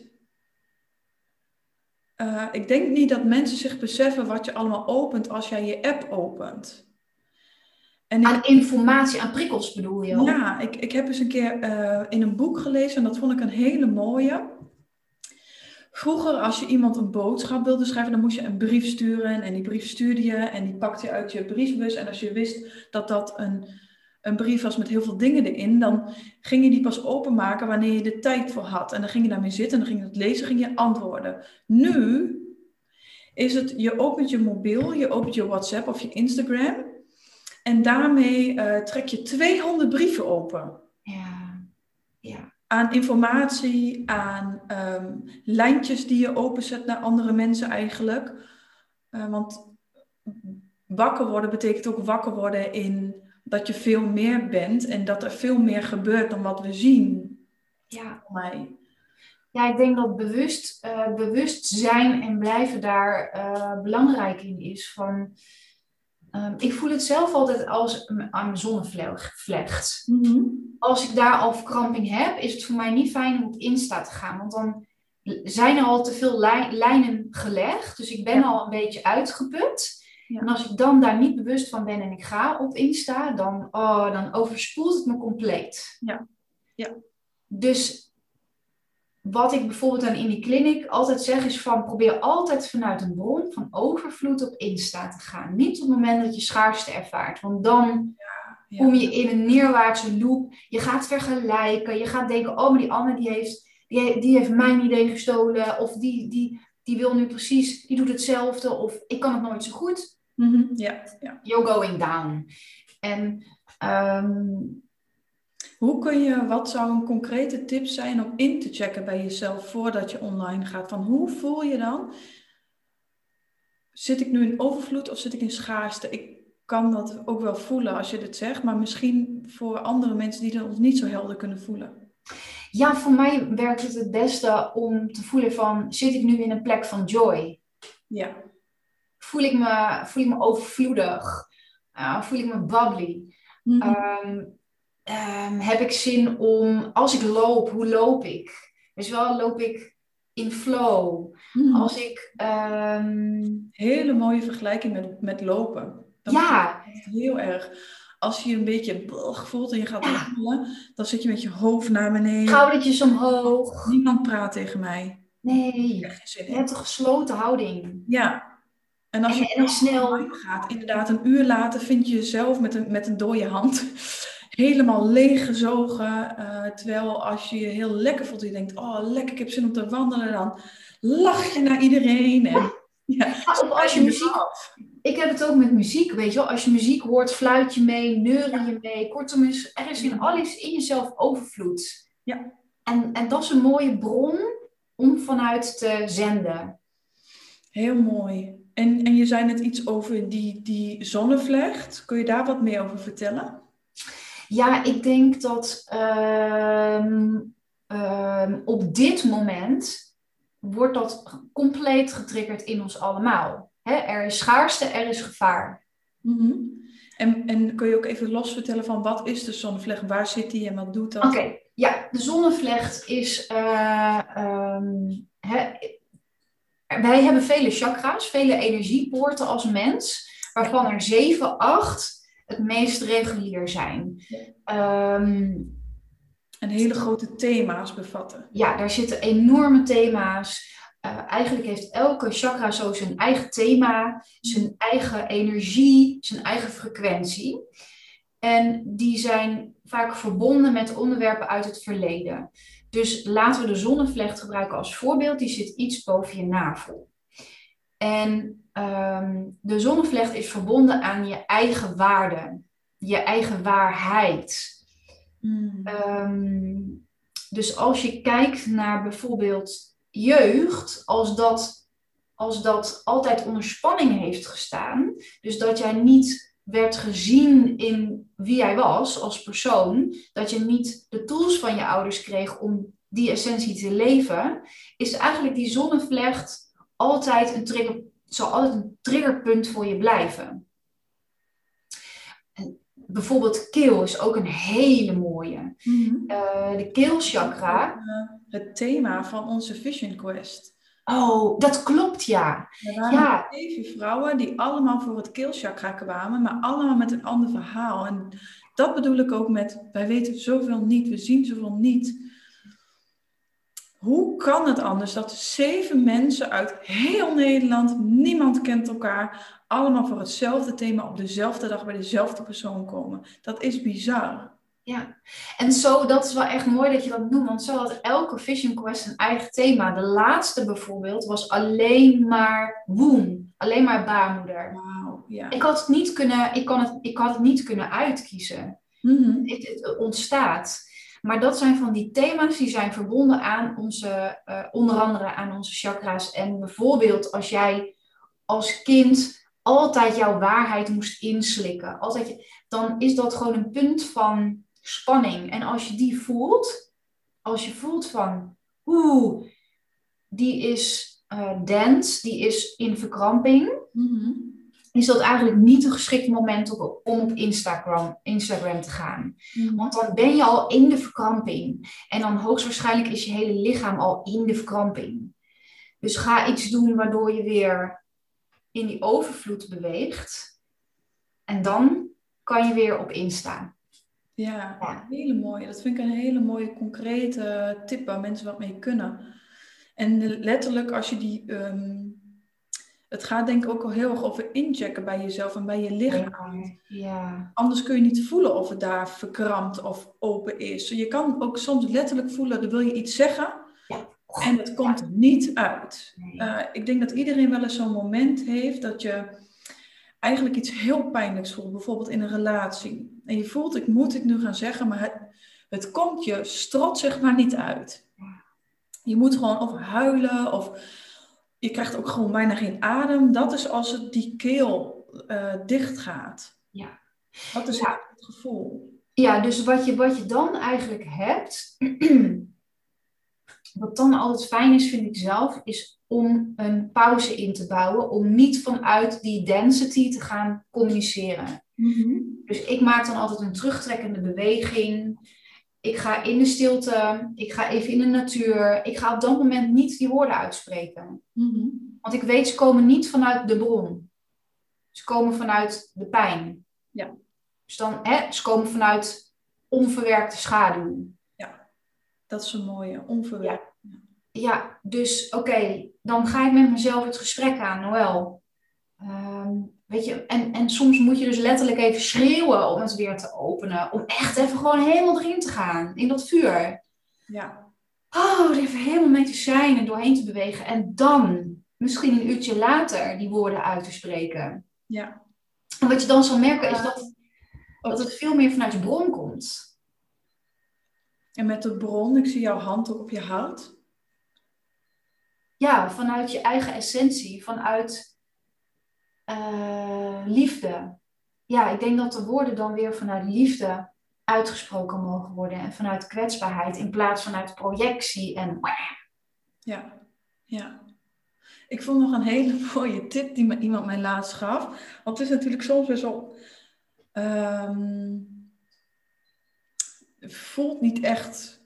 ik denk niet dat mensen zich beseffen wat je allemaal opent als jij je app opent. Aan informatie, aan prikkels bedoel je al? Ja, ik heb eens een keer in een boek gelezen en dat vond ik een hele mooie. Vroeger, als je iemand een boodschap wilde schrijven, dan moest je een brief sturen. En die brief stuurde je en die pakte je uit je briefbus. En als je wist dat dat een brief was met heel veel dingen erin, dan ging je die pas openmaken wanneer je de tijd voor had. En dan ging je daarmee zitten en dan ging je het lezen, ging je antwoorden. Nu is het, je opent je mobiel, je opent je WhatsApp of je Instagram. En daarmee trek je 200 brieven open. Ja. Aan informatie, aan lijntjes die je openzet naar andere mensen eigenlijk. Want wakker worden betekent ook wakker worden in dat je veel meer bent en dat er veel meer gebeurt dan wat we zien. Ja. Voor mij. Ja, ik denk dat bewust zijn en blijven daar belangrijk in is. Van, ik voel het zelf altijd als aan mijn zonnevlecht. Als ik daar al verkramping heb, is het voor mij niet fijn om op Insta te gaan. Want dan zijn er al te veel lijnen gelegd. Dus ik ben al een beetje uitgeput. Ja. En als ik dan daar niet bewust van ben en ik ga op Insta, dan overspoelt het me compleet. Ja. Dus wat ik bijvoorbeeld dan in die kliniek altijd zeg is van probeer altijd vanuit een bron van overvloed op Insta te gaan. Niet op het moment dat je schaarste ervaart. Want dan kom je in een neerwaartse loop. Je gaat vergelijken. Je gaat denken, oh, maar die ander die heeft mijn idee gestolen. Of die wil nu precies, die doet hetzelfde. Of ik kan het nooit zo goed. You're going down. En wat zou een concrete tip zijn om in te checken bij jezelf voordat je online gaat? Van hoe voel je dan? Zit ik nu in overvloed of zit ik in schaarste? Ik kan dat ook wel voelen als je dit zegt, maar misschien voor andere mensen die dat niet zo helder kunnen voelen. Ja, voor mij werkt het beste om te voelen van, zit ik nu in een plek van joy? Ja. Voel ik me overvloedig? Voel ik me bubbly? Mhm. Ehm, heb ik zin om, als ik loop, hoe loop ik? Dus wel loop ik in flow. Als Mhm. ik, Hele mooie vergelijking met lopen. Dat voel ik ja, echt heel erg. Als je je een beetje bulg voelt en je gaat ja, wandelen, dan zit je met je hoofd naar beneden. schoudertjes omhoog. Niemand praat tegen mij. Daar heb ik echt Nee, geen zin net in. een gesloten houding. Ja, en als je En dan ook snel, online gaat, inderdaad een uur later vind je jezelf met een dode hand helemaal leeggezogen. Terwijl als je je heel lekker voelt en je denkt, oh lekker, ik heb zin om te wandelen, dan lach je naar iedereen en ja, ja, of als je sprei je muziek, af. ik heb het ook met muziek, weet je wel. Als je muziek hoort, fluit je mee, neuren je mee. Kortom, er is in alles in jezelf overvloed. Ja, En dat is een mooie bron om vanuit te zenden. heel mooi. En je zei net iets over die zonnevlecht. Kun je daar wat meer over vertellen? Ja, ik denk dat op dit moment wordt dat compleet getriggerd in ons allemaal. Hè, er is schaarste, er is gevaar. Mhm. En kun je ook even los vertellen van wat is de zonnevlecht? Waar zit die en wat doet dat? Oké, ja, de zonnevlecht is. Hè, wij hebben vele chakra's, vele energiepoorten als mens, Ja. waarvan er 7, 8 het meest regulier zijn. Ehm, En hele grote thema's bevatten. ja, daar zitten enorme thema's. Eigenlijk heeft elke chakra zo zijn eigen thema, zijn eigen energie, zijn eigen frequentie. En die zijn vaak verbonden met onderwerpen uit het verleden. Dus laten we de zonnevlecht gebruiken als voorbeeld. Die zit iets boven je navel. En de zonnevlecht is verbonden aan je eigen waarde, je eigen waarheid. Mm. Ehm, dus als je kijkt naar bijvoorbeeld jeugd, als dat altijd onder spanning heeft gestaan, dus dat jij niet werd gezien in wie jij was als persoon, dat je niet de tools van je ouders kreeg om die essentie te leven, is eigenlijk die zonnevlecht altijd een trigger, zal altijd een triggerpunt voor je blijven. En bijvoorbeeld keel is ook een hele mooie. Mhm. De keelchakra. Het thema van onze Vision Quest. Oh, dat klopt, ja. Er waren Ja, 7 vrouwen die allemaal voor het keelchakra kwamen, maar allemaal met een ander verhaal. En dat bedoel ik ook met, wij weten zoveel niet, we zien zoveel niet. Hoe kan het anders dat 7 mensen uit heel Nederland, niemand kent elkaar, allemaal voor hetzelfde thema op dezelfde dag bij dezelfde persoon komen? Dat is bizar. ja. En zo, dat is wel echt mooi dat je dat noemt, want zo had elke Vision Quest een eigen thema. De laatste bijvoorbeeld was alleen maar womb, alleen maar baarmoeder. Wauw, ja. Ik had het niet kunnen uitkiezen. Mhm. Het ontstaat. Maar dat zijn van die thema's die zijn verbonden aan onze, onder andere aan onze chakra's. En bijvoorbeeld als jij als kind altijd jouw waarheid moest inslikken, dan is dat gewoon een punt van spanning. En als je die voelt, als je voelt van, die is dense, die is in verkramping, Mhm. is dat eigenlijk niet een geschikt moment om op Instagram te gaan. Mhm. Want dan ben je al in de verkramping. En dan hoogstwaarschijnlijk is je hele lichaam al in de verkramping. Dus ga iets doen waardoor je weer in die overvloed beweegt. En dan kan je weer op Insta. Ja, Ja. hele mooie. Dat vind ik een hele mooie concrete tip waar mensen wat mee kunnen. En letterlijk als je die... het gaat denk ik ook al heel erg over inchecken bij jezelf en bij je lichaam. Ja. Anders kun je niet voelen of het daar verkrampt of open is. Je kan ook soms letterlijk voelen, dan wil je iets zeggen Ja. en het komt er niet uit. Nee. Ik denk dat iedereen wel eens zo'n moment heeft dat je eigenlijk iets heel pijnlijks voelt. Bijvoorbeeld in een relatie. En je voelt, ik moet dit nu gaan zeggen, maar het komt je strot zeg maar niet uit. Je moet gewoon of huilen of je krijgt ook gewoon bijna geen adem. Dat is als het die keel dicht gaat. Ja. Dat is Ja. echt het gevoel. Ja, dus wat je dan eigenlijk hebt, wat dan altijd fijn is, vind ik zelf, is om een pauze in te bouwen. Om niet vanuit die density te gaan communiceren. Dus ik maak dan altijd een terugtrekkende beweging. Ik ga in de stilte. Ik ga even in de natuur. Ik ga op dat moment niet die woorden uitspreken. Want ik weet, ze komen niet vanuit de bron. Ze komen vanuit de pijn. Ja. Dus dan, ze komen vanuit onverwerkte schaduw. Ja, dat is een mooie, onverwerkt. Ja, dus oké, dan ga ik met mezelf het gesprek aan, Noël. Weet je, en soms moet je dus letterlijk even schreeuwen om het weer te openen. Om echt even gewoon helemaal erin te gaan, in dat vuur. Ja. Oh, er even helemaal mee te zijn en doorheen te bewegen. En dan, misschien een uurtje later, die woorden uit te spreken. Ja. En wat je dan zal merken is dat het veel meer vanuit je bron komt. En met de bron, ik zie jouw hand ook op je hart. Ja, vanuit je eigen essentie, vanuit liefde. Ja, ik denk dat de woorden dan weer vanuit liefde uitgesproken mogen worden. En vanuit kwetsbaarheid in plaats vanuit projectie. En... Ja, ja. Ik vond nog een hele mooie tip die iemand mij laatst gaf. Want het is natuurlijk soms best wel... voelt niet echt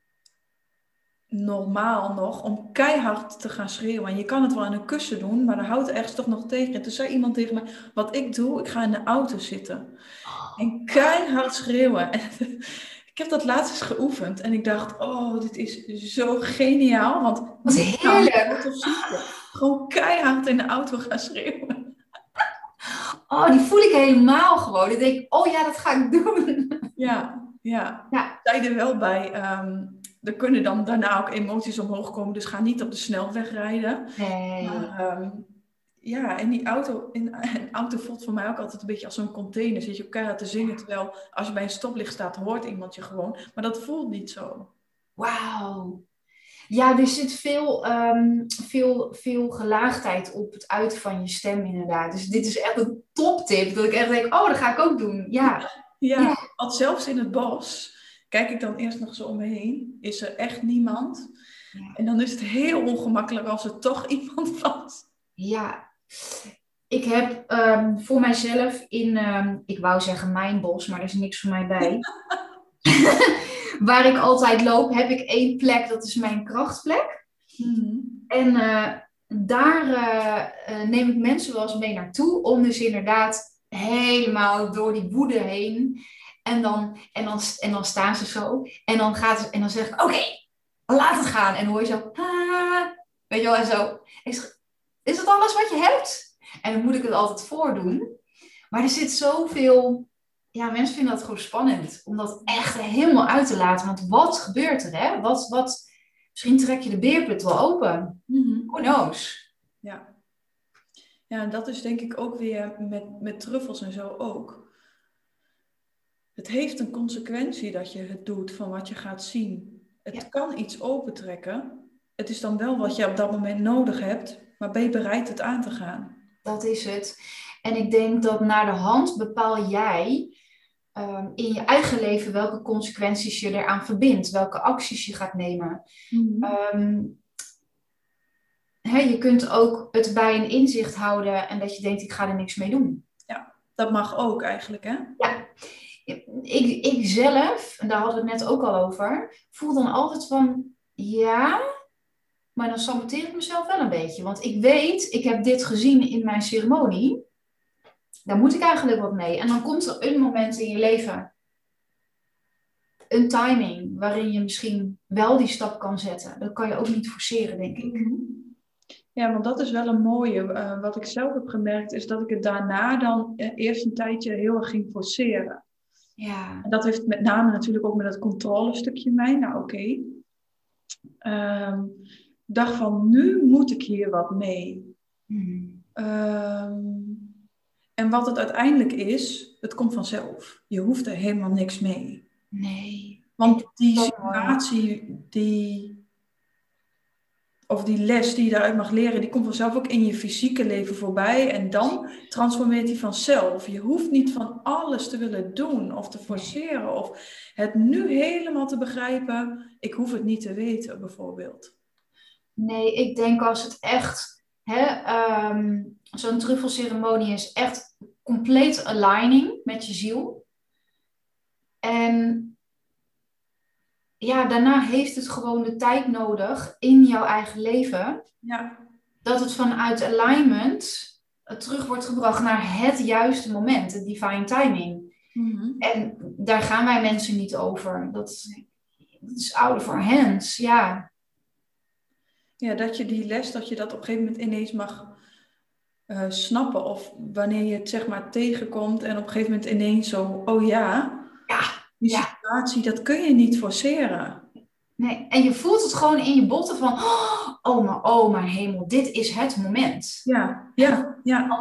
normaal nog om keihard te gaan schreeuwen. En je kan het wel aan een kussen doen, maar dan houdt ergens toch nog tegen. En toen zei iemand tegen mij, wat ik doe, ik ga in de auto zitten. En keihard schreeuwen. En ik heb dat laatst eens geoefend. En ik dacht, oh, dit is zo geniaal. Want wat heerlijk! Gewoon keihard in de auto gaan schreeuwen. Oh, die voel ik helemaal gewoon. Ik denk, oh ja, dat ga ik doen. Ja. Zij er wel bij. Er kunnen dan daarna ook emoties omhoog komen. Dus ga niet op de snelweg rijden. Nee. Maar, en die auto, een auto voelt voor mij ook altijd een beetje als zo'n container. Zit je op keihard te zingen, terwijl als je bij een stoplicht staat, hoort iemand je gewoon. Maar dat voelt niet zo. Wauw. Ja, er zit veel gelaagdheid op het uiten van je stem inderdaad. Dus dit is echt een toptip. Dat ik echt denk, oh, dat ga ik ook doen. Ja. Want zelfs in het bos, kijk ik dan eerst nog zo om me heen, is er echt niemand. Ja. En dan is het heel ongemakkelijk als er toch iemand was. Ja, ik heb voor mijzelf in, ik wou zeggen mijn bos, maar er is niks voor mij bij. Waar ik altijd loop, heb ik één plek, dat is mijn krachtplek. En daar neem ik mensen wel eens mee naartoe, om dus inderdaad helemaal door die woede heen. En dan staan ze zo. En dan zeg ik, oké, laat het gaan. En dan hoor je zo, weet je wel, en zo. Is dat alles wat je hebt? En dan moet ik het altijd voordoen. Maar er zit zoveel... Ja, mensen vinden dat gewoon spannend. Om dat echt helemaal uit te laten. Want wat gebeurt er, hè? Misschien trek je de beerput wel open. Who knows? Ja. Ja, en dat is denk ik ook weer met truffels en zo ook. Het heeft een consequentie dat je het doet van wat je gaat zien. Het kan iets opentrekken. Het is dan wel wat je op dat moment nodig hebt. Maar ben je bereid het aan te gaan? Dat is het. En ik denk dat naar de hand bepaal jij in je eigen leven welke consequenties je eraan verbindt. Welke acties je gaat nemen. Je kunt ook het bij een inzicht houden en dat je denkt, ik ga er niks mee doen. Ja, dat mag ook eigenlijk, hè? Ja. Ik zelf, en daar hadden we het net ook al over, voel dan altijd van, ja, maar dan saboteer ik mezelf wel een beetje. Want ik weet, ik heb dit gezien in mijn ceremonie. Daar moet ik eigenlijk wat mee. En dan komt er een moment in je leven, een timing, waarin je misschien wel die stap kan zetten. Dat kan je ook niet forceren, denk ik. Ja, want dat is wel een mooie. Wat ik zelf heb gemerkt, is dat ik het daarna dan eerst een tijdje heel erg ging forceren. Ja. En dat heeft met name natuurlijk ook met het controlestukje mij. Nou, oké. Ik dacht van, nu moet ik hier wat mee. En wat het uiteindelijk is, het komt vanzelf. Je hoeft er helemaal niks mee. Nee. Want die situatie, of die les die je daaruit mag leren, die komt vanzelf ook in je fysieke leven voorbij. En dan transformeert die vanzelf. Je hoeft niet van alles te willen doen of te forceren. Of het nu helemaal te begrijpen. Ik hoef het niet te weten, bijvoorbeeld. Nee, ik denk als het echt, zo'n truffelceremonie is echt compleet aligning met je ziel. En ja, daarna heeft het gewoon de tijd nodig in jouw eigen leven. Ja. Dat het vanuit alignment terug wordt gebracht naar het juiste moment, de divine timing. Mhm. En daar gaan wij mensen niet over. Dat is out of our hands, ja. Ja, dat je die les, dat je dat op een gegeven moment ineens mag snappen. Of wanneer je het zeg maar tegenkomt en op een gegeven moment ineens zo, oh ja, Ja, die ja. situatie, dat kun je niet forceren. Nee. En je voelt het gewoon in je botten van, oh mijn hemel, dit is het moment. Ja, ja, ja.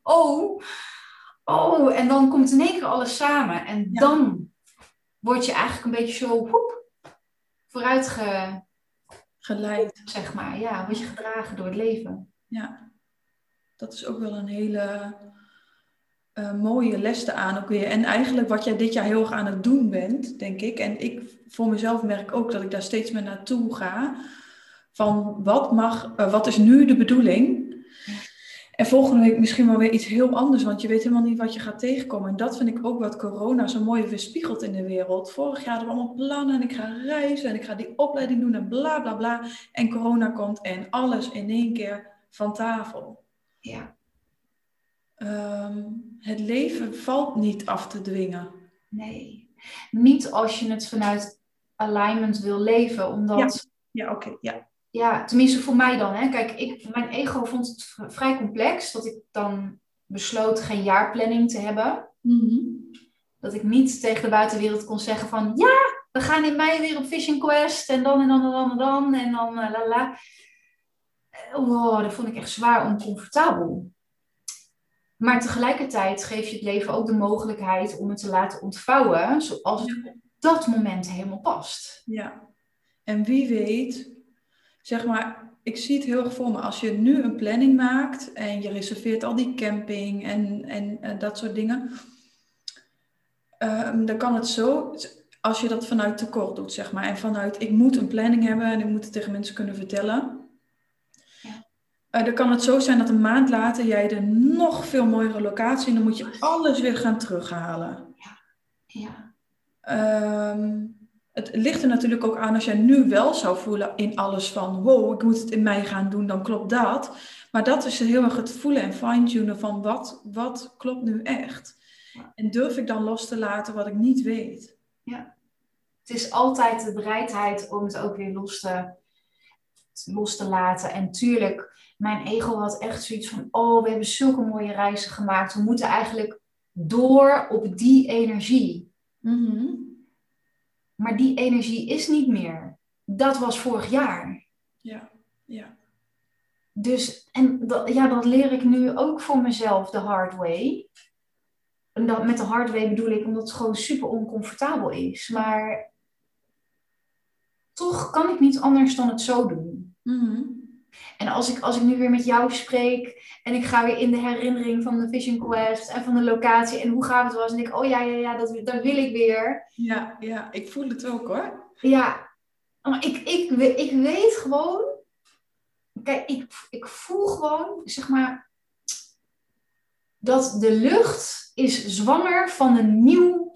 Oh. En dan komt in één keer alles samen. En Ja. dan word je eigenlijk een beetje zo vooruit Geleid. zeg maar. Ja, word je gedragen door het leven. Ja, dat is ook wel een hele mooie les aan ook weer. En eigenlijk wat jij dit jaar heel erg aan het doen bent, denk ik. En ik voor mezelf merk ook dat ik daar steeds meer naartoe ga. Van wat is nu de bedoeling? En volgende week misschien wel weer iets heel anders, want je weet helemaal niet wat je gaat tegenkomen. En dat vind ik ook wat corona zo mooi weerspiegelt in de wereld. Vorig jaar hadden we allemaal plannen en ik ga reizen en ik ga die opleiding doen en bla bla bla. En corona komt en alles in één keer van tafel. Ja. Het leven valt niet af te dwingen. Nee. Niet als je het vanuit alignment wil leven, omdat... Ja, oké, ja. Ja, tenminste voor mij dan. Hè. Kijk, mijn ego vond het vrij complex dat ik dan besloot geen jaarplanning te hebben. Mm-hmm. Dat ik niet tegen de buitenwereld kon zeggen van... Ja, we gaan in mei weer op Vision Quest en dan en dan en dan en dan en dan la. Oh, dat vond ik echt zwaar oncomfortabel. Maar tegelijkertijd geef je het leven ook de mogelijkheid om het te laten ontvouwen zoals het op dat moment helemaal past. Ja, en wie weet, zeg maar, ik zie het heel erg voor me. Als je nu een planning maakt en je reserveert al die camping en dat soort dingen, dan kan het zo, als je dat vanuit tekort doet, zeg maar, en vanuit ik moet een planning hebben en ik moet het tegen mensen kunnen vertellen. Dan kan het zo zijn dat een maand later jij de nog veel mooiere locatie en dan moet je alles weer gaan terughalen. Ja. Het ligt er natuurlijk ook aan als jij nu wel zou voelen in alles van wow, ik moet het in mei gaan doen, dan klopt dat. Maar dat is heel erg het voelen en fine-tunen van wat klopt nu echt. En durf ik dan los te laten wat ik niet weet. Ja. Het is altijd de bereidheid om het ook weer los te laten. En tuurlijk, mijn ego had echt zoiets van... Oh, we hebben zulke mooie reizen gemaakt. We moeten eigenlijk door op die energie. Mm-hmm. Maar die energie is niet meer. Dat was vorig jaar. Ja. Dus, en dat leer ik nu ook voor mezelf de hard way. En dat, met de hard way bedoel ik omdat het gewoon super oncomfortabel is. Maar toch kan ik niet anders dan het zo doen. Mm-hmm. En als ik nu weer met jou spreek en ik ga weer in de herinnering van de Vision Quest en van de locatie en hoe gaaf het was. En ik, oh ja, dat wil ik weer. Ja, ik voel het ook hoor. Ja, maar ik weet gewoon, kijk, ik voel gewoon, zeg maar, dat de lucht is zwanger van een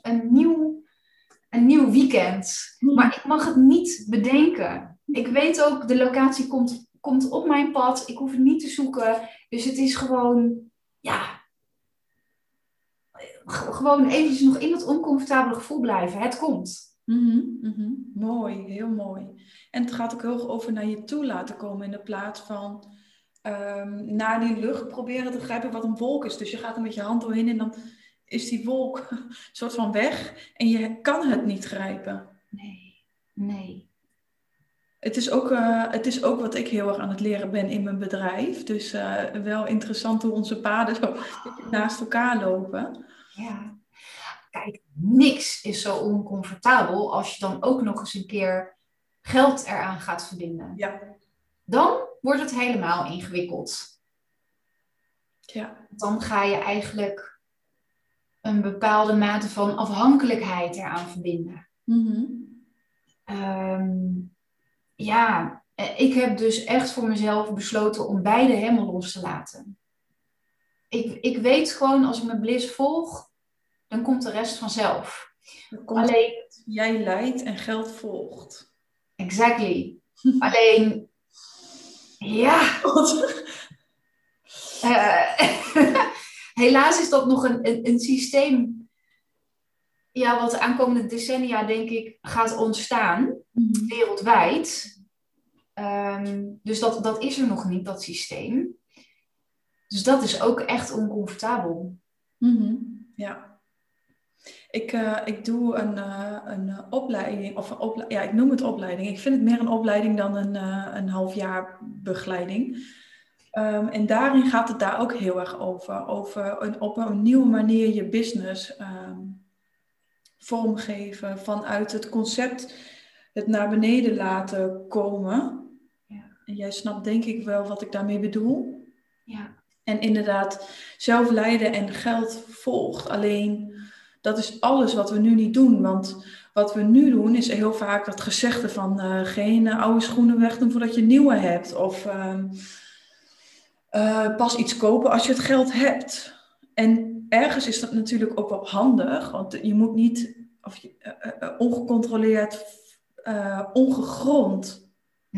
nieuw weekend. Maar ik mag het niet bedenken. Ik weet ook, de locatie komt op mijn pad. Ik hoef het niet te zoeken. Dus het is gewoon, ja, gewoon eventjes nog in dat oncomfortabele gevoel blijven. Het komt. Mm-hmm, mm-hmm. Mooi, heel mooi. En het gaat ook heel erg over naar je toe laten komen in de plaats van naar die lucht proberen te grijpen wat een wolk is. Dus je gaat er met je hand doorheen en dan is die wolk een soort van weg en je kan het niet grijpen. Nee. Het is ook wat ik heel erg aan het leren ben in mijn bedrijf. Dus wel interessant hoe onze paden zo naast elkaar lopen. Ja. Kijk, niks is zo oncomfortabel als je dan ook nog eens een keer geld eraan gaat verdienen. Ja. dan wordt het helemaal ingewikkeld. Ja. Dan ga je eigenlijk een bepaalde mate van afhankelijkheid eraan verbinden. Ja, ik heb dus echt voor mezelf besloten om beide helemaal los te laten. Ik weet gewoon, als ik mijn bliss volg, dan komt de rest vanzelf. Alleen, jij leidt en geld volgt. exactly. Alleen, ja. Helaas is dat nog een systeem, ja, wat de aankomende decennia, denk ik, gaat ontstaan, wereldwijd. Dus dat is er nog niet, dat systeem. Dus dat is ook echt oncomfortabel. Ja. Ik doe een opleiding, ja, ik noem het opleiding. Ik vind het meer een opleiding dan een half jaar begeleiding. En daarin gaat het daar ook heel erg over. Op een nieuwe manier je business vormgeven. Vanuit het concept het naar beneden laten komen. Ja. En jij snapt denk ik wel wat ik daarmee bedoel. Ja. En inderdaad, zelf leiden en geld volgt. Alleen, dat is alles wat we nu niet doen. Want wat we nu doen is heel vaak dat gezegde van geen oude schoenen wegdoen voordat je nieuwe hebt. Of pas iets kopen als je het geld hebt. En ergens is dat natuurlijk ook wel handig. Want je moet niet ongecontroleerd, ongegrond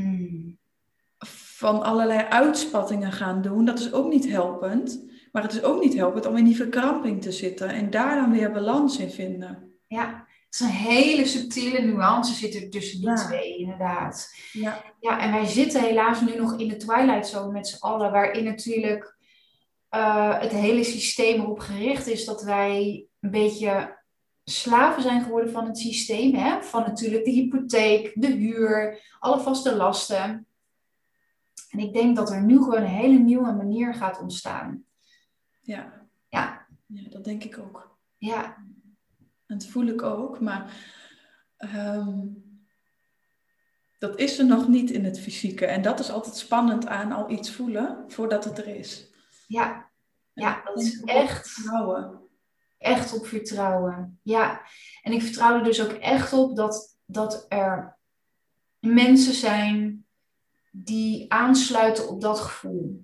van allerlei uitspattingen gaan doen. Dat is ook niet helpend. Maar het is ook niet helpend om in die verkramping te zitten. En daar dan weer balans in vinden. Ja, het is een hele subtiele nuance zit er tussen die twee, inderdaad. Ja, en wij zitten helaas nu nog in de Twilight Zone met z'n allen. Waarin natuurlijk het hele systeem erop gericht is dat wij een beetje slaven zijn geworden van het systeem. Hè? Van natuurlijk de hypotheek, de huur, alle vaste lasten. En ik denk dat er nu gewoon een hele nieuwe manier gaat ontstaan. Ja, dat denk ik ook. Ja. En dat voel ik ook, maar dat is er nog niet in het fysieke. En dat is altijd spannend aan al iets voelen voordat het er is. Ja, dat is echt vertrouwen. Echt op vertrouwen. Ja, en ik vertrouw er dus ook echt op dat er mensen zijn die aansluiten op dat gevoel.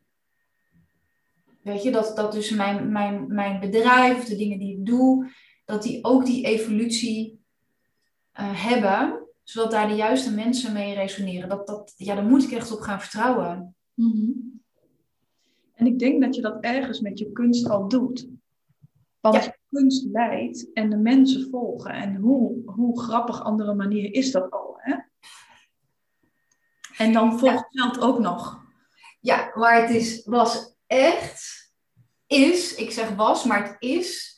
Weet je, dat dus mijn bedrijf, de dingen die ik doe, dat die ook die evolutie hebben, zodat daar de juiste mensen mee resoneren. Daar moet ik echt op gaan vertrouwen. En ik denk dat je dat ergens met je kunst al doet. Want je kunst leidt en de mensen volgen. En hoe grappig andere manier is dat al, hè? En dan volgt geld ook nog. Ja, maar het was echt, ik zeg was, maar het is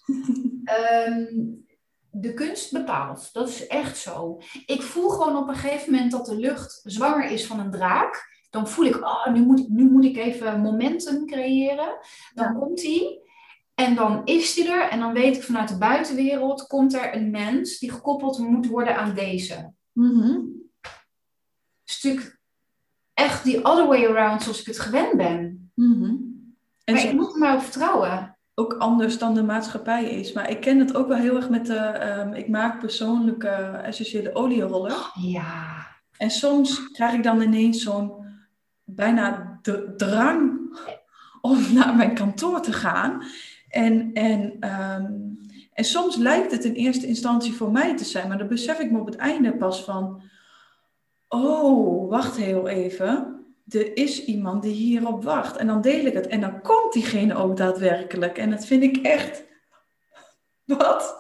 de kunst bepaalt. Dat is echt zo. Ik voel gewoon op een gegeven moment dat de lucht zwanger is van een draak. Dan voel ik, nu moet ik even momentum creëren. Dan komt hij. En dan is die er. En dan weet ik vanuit de buitenwereld komt er een mens die gekoppeld moet worden aan deze. Stuk echt die other way around zoals ik het gewend ben. En maar ik moet er maar op vertrouwen. Ook anders dan de maatschappij is. Maar ik ken het ook wel heel erg met ik maak persoonlijke essentiële olieroller. Ja. En soms krijg ik dan ineens zo'n bijna drang om naar mijn kantoor te gaan. En soms lijkt het in eerste instantie voor mij te zijn. Maar dan besef ik me op het einde pas van... Oh, wacht heel even. Er is iemand die hierop wacht. En dan deel ik het. En dan komt diegene ook daadwerkelijk. En dat vind ik echt... Wat?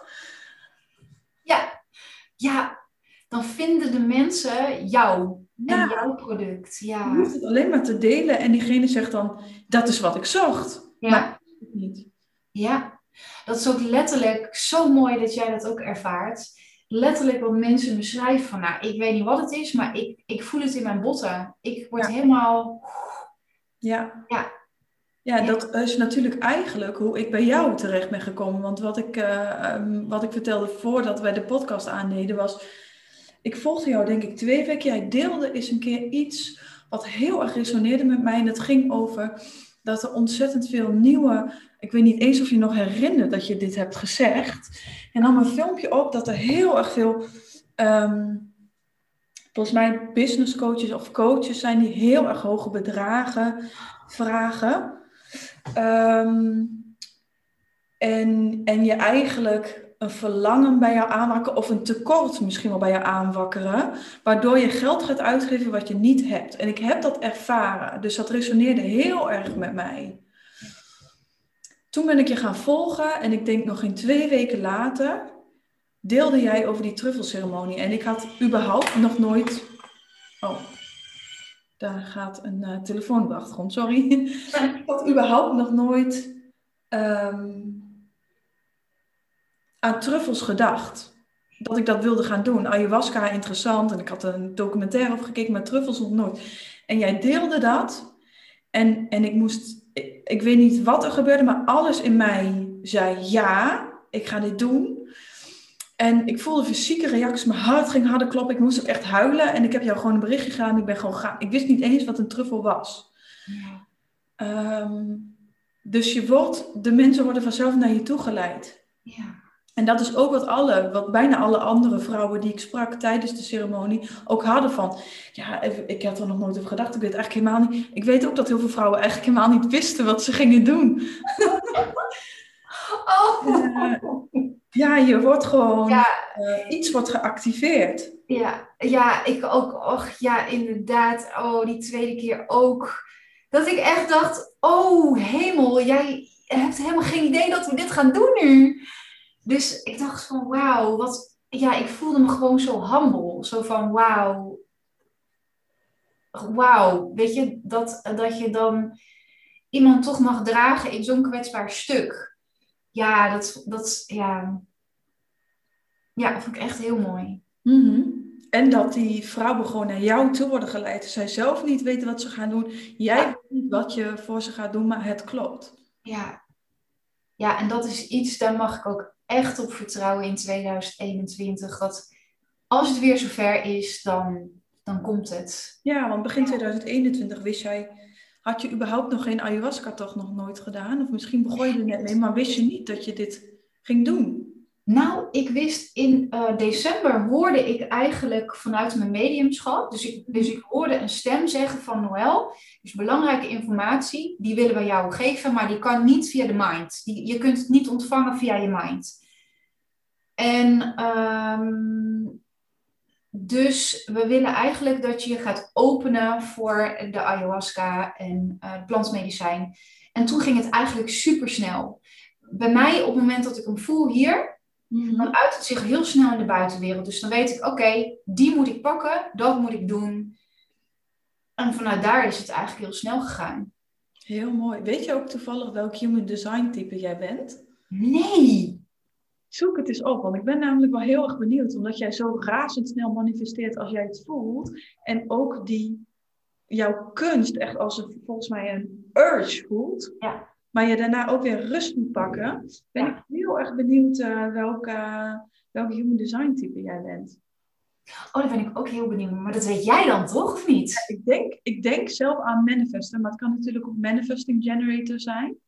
Ja. Dan vinden de mensen jou. En jouw product. Ja. Je hoeft het alleen maar te delen. En diegene zegt dan... Dat is wat ik zocht. Ja. Maar dat niet. Ja. Dat is ook letterlijk zo mooi dat jij dat ook ervaart. Letterlijk wat mensen beschrijven van... Nou, ik weet niet wat het is, maar ik voel het in mijn botten. Ik word helemaal... Ja, dat is natuurlijk eigenlijk hoe ik bij jou terecht ben gekomen. Want wat ik vertelde voordat wij de podcast aandeden was... Ik volgde jou denk ik 2 weken. Jij deelde eens een keer iets wat heel erg resoneerde met mij. En dat ging over dat er ontzettend veel nieuwe... Ik weet niet eens of je nog herinnert dat je dit hebt gezegd. En dan een filmpje op dat er heel erg veel... volgens mij business coaches of coaches zijn die heel erg hoge bedragen vragen. En je eigenlijk een verlangen bij jou aanwakkeren of een tekort misschien wel bij jou aanwakkeren, waardoor je geld gaat uitgeven wat je niet hebt. En ik heb dat ervaren, dus dat resoneerde heel erg met mij. Toen ben ik je gaan volgen en ik denk nog geen 2 weken later deelde jij over die truffelceremonie. En ik had überhaupt nog nooit... Oh, daar gaat een telefoon op de achtergrond, sorry. Ik had überhaupt nog nooit aan truffels gedacht. Dat ik dat wilde gaan doen. Ayahuasca, interessant. En ik had een documentaire over gekeken, maar truffels nog nooit. En jij deelde dat. En ik weet niet wat er gebeurde, maar alles in mij zei ja, ik ga dit doen. En ik voelde fysieke reacties, mijn hart ging harder kloppen, ik moest ook echt huilen. En ik heb jou gewoon een berichtje gedaan, ik ben gewoon gaan. Ik wist niet eens wat een truffel was. Ja. Dus de mensen worden vanzelf naar je toe geleid. Ja. En dat is ook wat bijna alle andere vrouwen die ik sprak tijdens de ceremonie ook hadden van. Ja, ik had er nog nooit over gedacht. Ik weet eigenlijk helemaal niet. Ik weet ook dat heel veel vrouwen eigenlijk helemaal niet wisten wat ze gingen doen. Ja, je wordt gewoon... Ja. Iets wordt geactiveerd. Ja, ik ook. Och, ja, inderdaad. Oh, die tweede keer ook. Dat ik echt dacht, oh hemel, jij hebt helemaal geen idee dat we dit gaan doen nu. Dus ik dacht van wauw, wat... Ja, ik voelde me gewoon zo humble. Zo van wauw. Wauw, weet je, dat je dan iemand toch mag dragen in zo'n kwetsbaar stuk. Ja, dat vond ik echt heel mooi. Mm-hmm. En dat die vrouwen gewoon naar jou toe worden geleid. Zij zelf niet weten wat ze gaan doen. Jij weet niet wat je voor ze gaat doen, maar het klopt. Ja, en dat is iets, daar mag ik ook echt op vertrouwen in 2021. Dat als het weer zover is, dan komt het. Ja, want begin 2021 had je überhaupt nog geen ayahuasca toch nog nooit gedaan? Of misschien begon je er net mee, maar wist je niet dat je dit ging doen? Nou, ik wist in december hoorde ik eigenlijk vanuit mijn mediumschap. Dus ik hoorde een stem zeggen van Noël. Dus belangrijke informatie, die willen we jou geven, maar die kan niet via de mind. Je kunt het niet ontvangen via je mind. En dus we willen eigenlijk dat je je gaat openen voor de ayahuasca en het plantmedicijn. En toen ging het eigenlijk super snel. Bij mij, op het moment dat ik hem voel hier... Mm-hmm. Dan uit het zich heel snel in de buitenwereld. Dus dan weet ik, oké, die moet ik pakken, dat moet ik doen. En vanuit daar is het eigenlijk heel snel gegaan. Heel mooi. Weet je ook toevallig welk human design type jij bent? Nee. Zoek het eens op, want ik ben namelijk wel heel erg benieuwd. Omdat jij zo razendsnel manifesteert als jij het voelt. En ook jouw kunst echt als volgens mij een urge voelt. Ja. Maar je daarna ook weer rust moet pakken. Ben ik heel erg benieuwd welk human design type jij bent. Oh, daar ben ik ook heel benieuwd. Maar dat weet jij dan toch, of niet? Ja, ik denk zelf aan manifesten. Maar het kan natuurlijk ook manifesting generator zijn.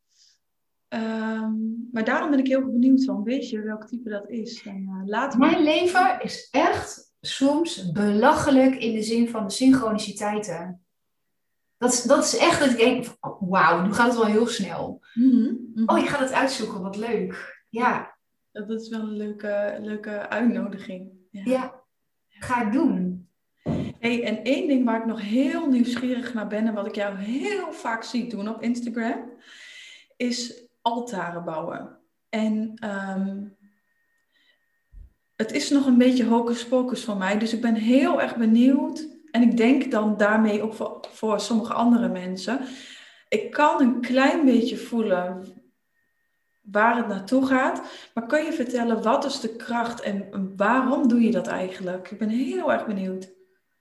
Maar daarom ben ik heel benieuwd van. Weet je welk type dat is? Mijn leven is echt soms belachelijk in de zin van de synchroniciteiten. Dat is echt dat ik denk, wauw, nu gaat het wel heel snel. Mm-hmm, mm-hmm. Oh, je gaat het uitzoeken, wat leuk. Ja. Dat is wel een leuke uitnodiging. Ja, ga ik doen. Hey, en één ding waar ik nog heel nieuwsgierig naar ben en wat ik jou heel vaak zie doen op Instagram, is altaren bouwen. En het is nog een beetje hocus pocus voor mij, dus ik ben heel erg benieuwd. En ik denk dan daarmee ook voor sommige andere mensen. Ik kan een klein beetje voelen waar het naartoe gaat. Maar kun je vertellen, wat is de kracht en waarom doe je dat eigenlijk? Ik ben heel erg benieuwd.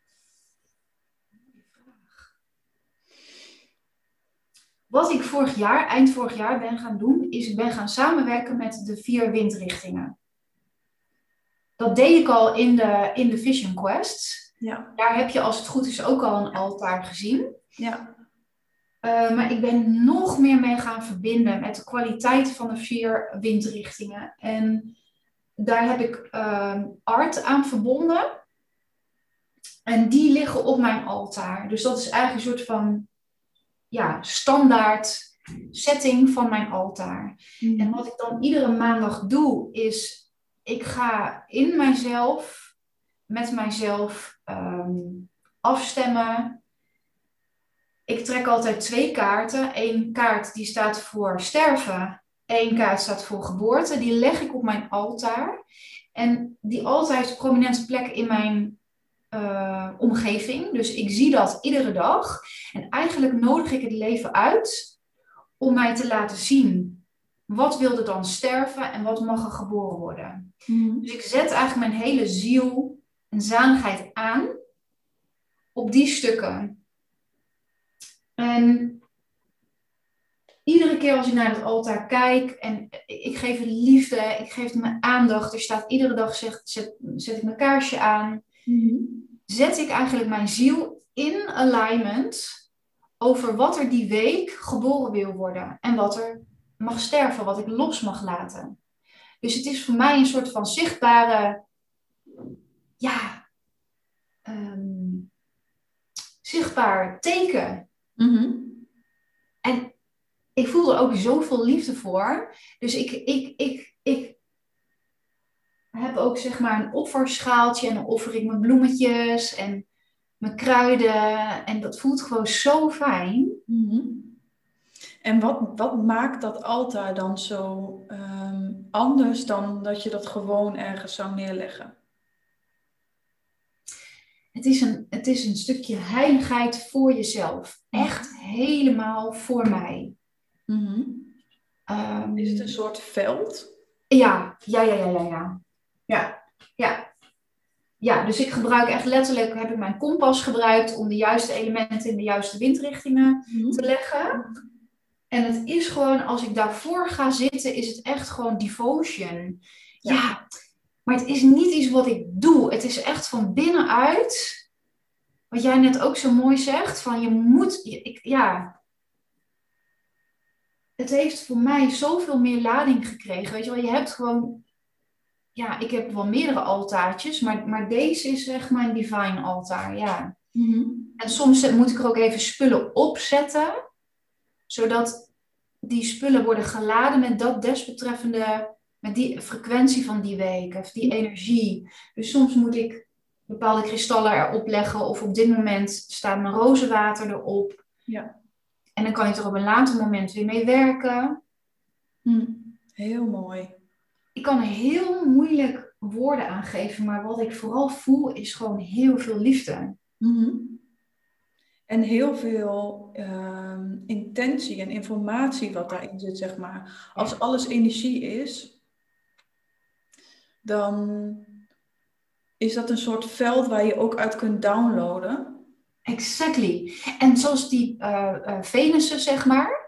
Wat ik eind vorig jaar ben gaan doen, is ik ben gaan samenwerken met de 4 windrichtingen. Dat deed ik al in de Vision Quest. Ja. Daar heb je als het goed is ook al een altaar gezien. Ja. Maar ik ben nog meer mee gaan verbinden met de kwaliteit van de 4 windrichtingen. En daar heb ik art aan verbonden. En die liggen op mijn altaar. Dus dat is eigenlijk een soort van standaard setting van mijn altaar. En wat ik dan iedere maandag doe, is ik ga in mijzelf, met mijzelf afstemmen. Ik trek altijd 2 kaarten. 1 kaart die staat voor sterven. 1 kaart staat voor geboorte. Die leg ik op mijn altaar. En die altaar heeft een prominente plek in mijn omgeving. Dus ik zie dat iedere dag. En eigenlijk nodig ik het leven uit om mij te laten zien. Wat wil er dan sterven en wat mag er geboren worden? Dus ik zet eigenlijk mijn hele ziel en zaligheid aan op die stukken. En iedere keer als ik naar het altaar kijk en ik geef het liefde, ik geef het mijn aandacht. Er staat iedere dag, zet ik mijn kaarsje aan. Zet ik eigenlijk mijn ziel in alignment over wat er die week geboren wil worden. En wat er mag sterven, wat ik los mag laten. Dus het is voor mij een soort van zichtbare, zichtbaar teken. En ik voel er ook zoveel liefde voor. Dus ik heb ook zeg maar een offerschaaltje en dan offer ik mijn bloemetjes en mijn kruiden. En dat voelt gewoon zo fijn. En wat maakt dat altaar dan zo anders dan dat je dat gewoon ergens zou neerleggen? Het is een stukje heiligheid voor jezelf. Echt helemaal voor mij. Is het een soort veld? Ja. Ja, dus ik gebruik echt letterlijk, heb ik mijn kompas gebruikt om de juiste elementen in de juiste windrichtingen te leggen. En het is gewoon, als ik daarvoor ga zitten, is het echt gewoon devotion. Ja, maar het is niet iets wat ik doe. Het is echt van binnenuit. Wat jij net ook zo mooi zegt, van je moet, het heeft voor mij zoveel meer lading gekregen. Weet je wel, je hebt gewoon, ik heb wel meerdere altaartjes, maar deze is echt mijn divine altaar, ja. En soms moet ik er ook even spullen opzetten, zodat die spullen worden geladen met dat desbetreffende, met die frequentie van die week, of die energie. Dus soms moet ik bepaalde kristallen erop leggen, of op dit moment staat mijn rozenwater erop. Ja. En dan kan je er op een later moment weer mee werken. Heel mooi. Ik kan heel moeilijk woorden aangeven, maar wat ik vooral voel is gewoon heel veel liefde. En heel veel intentie en informatie wat daarin zit, zeg maar. Als alles energie is, dan is dat een soort veld waar je ook uit kunt downloaden. Exactly. En zoals die Venussen, zeg maar.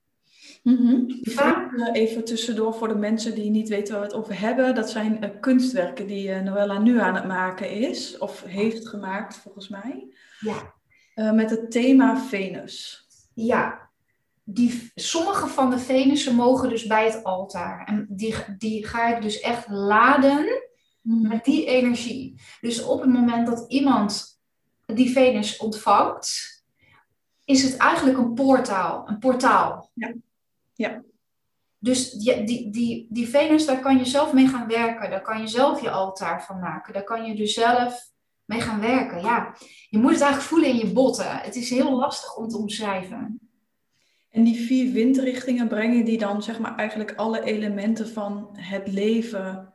Even tussendoor voor de mensen die niet weten waar we het over hebben. Dat zijn kunstwerken die Noella nu aan het maken is. Of heeft gemaakt, volgens mij. Ja. Met het thema Venus. Ja. Sommige van de Venussen mogen dus bij het altaar. En die ga ik dus echt laden met die energie. Dus op het moment dat iemand die Venus ontvangt, is het eigenlijk een portaal. Ja. Dus die Venus, daar kan je zelf mee gaan werken. Daar kan je zelf je altaar van maken. Daar kan je dus zelf mee gaan werken. Ja, je moet het eigenlijk voelen in je botten. Het is heel lastig om te omschrijven. En die 4 windrichtingen brengen die dan zeg maar eigenlijk alle elementen van het leven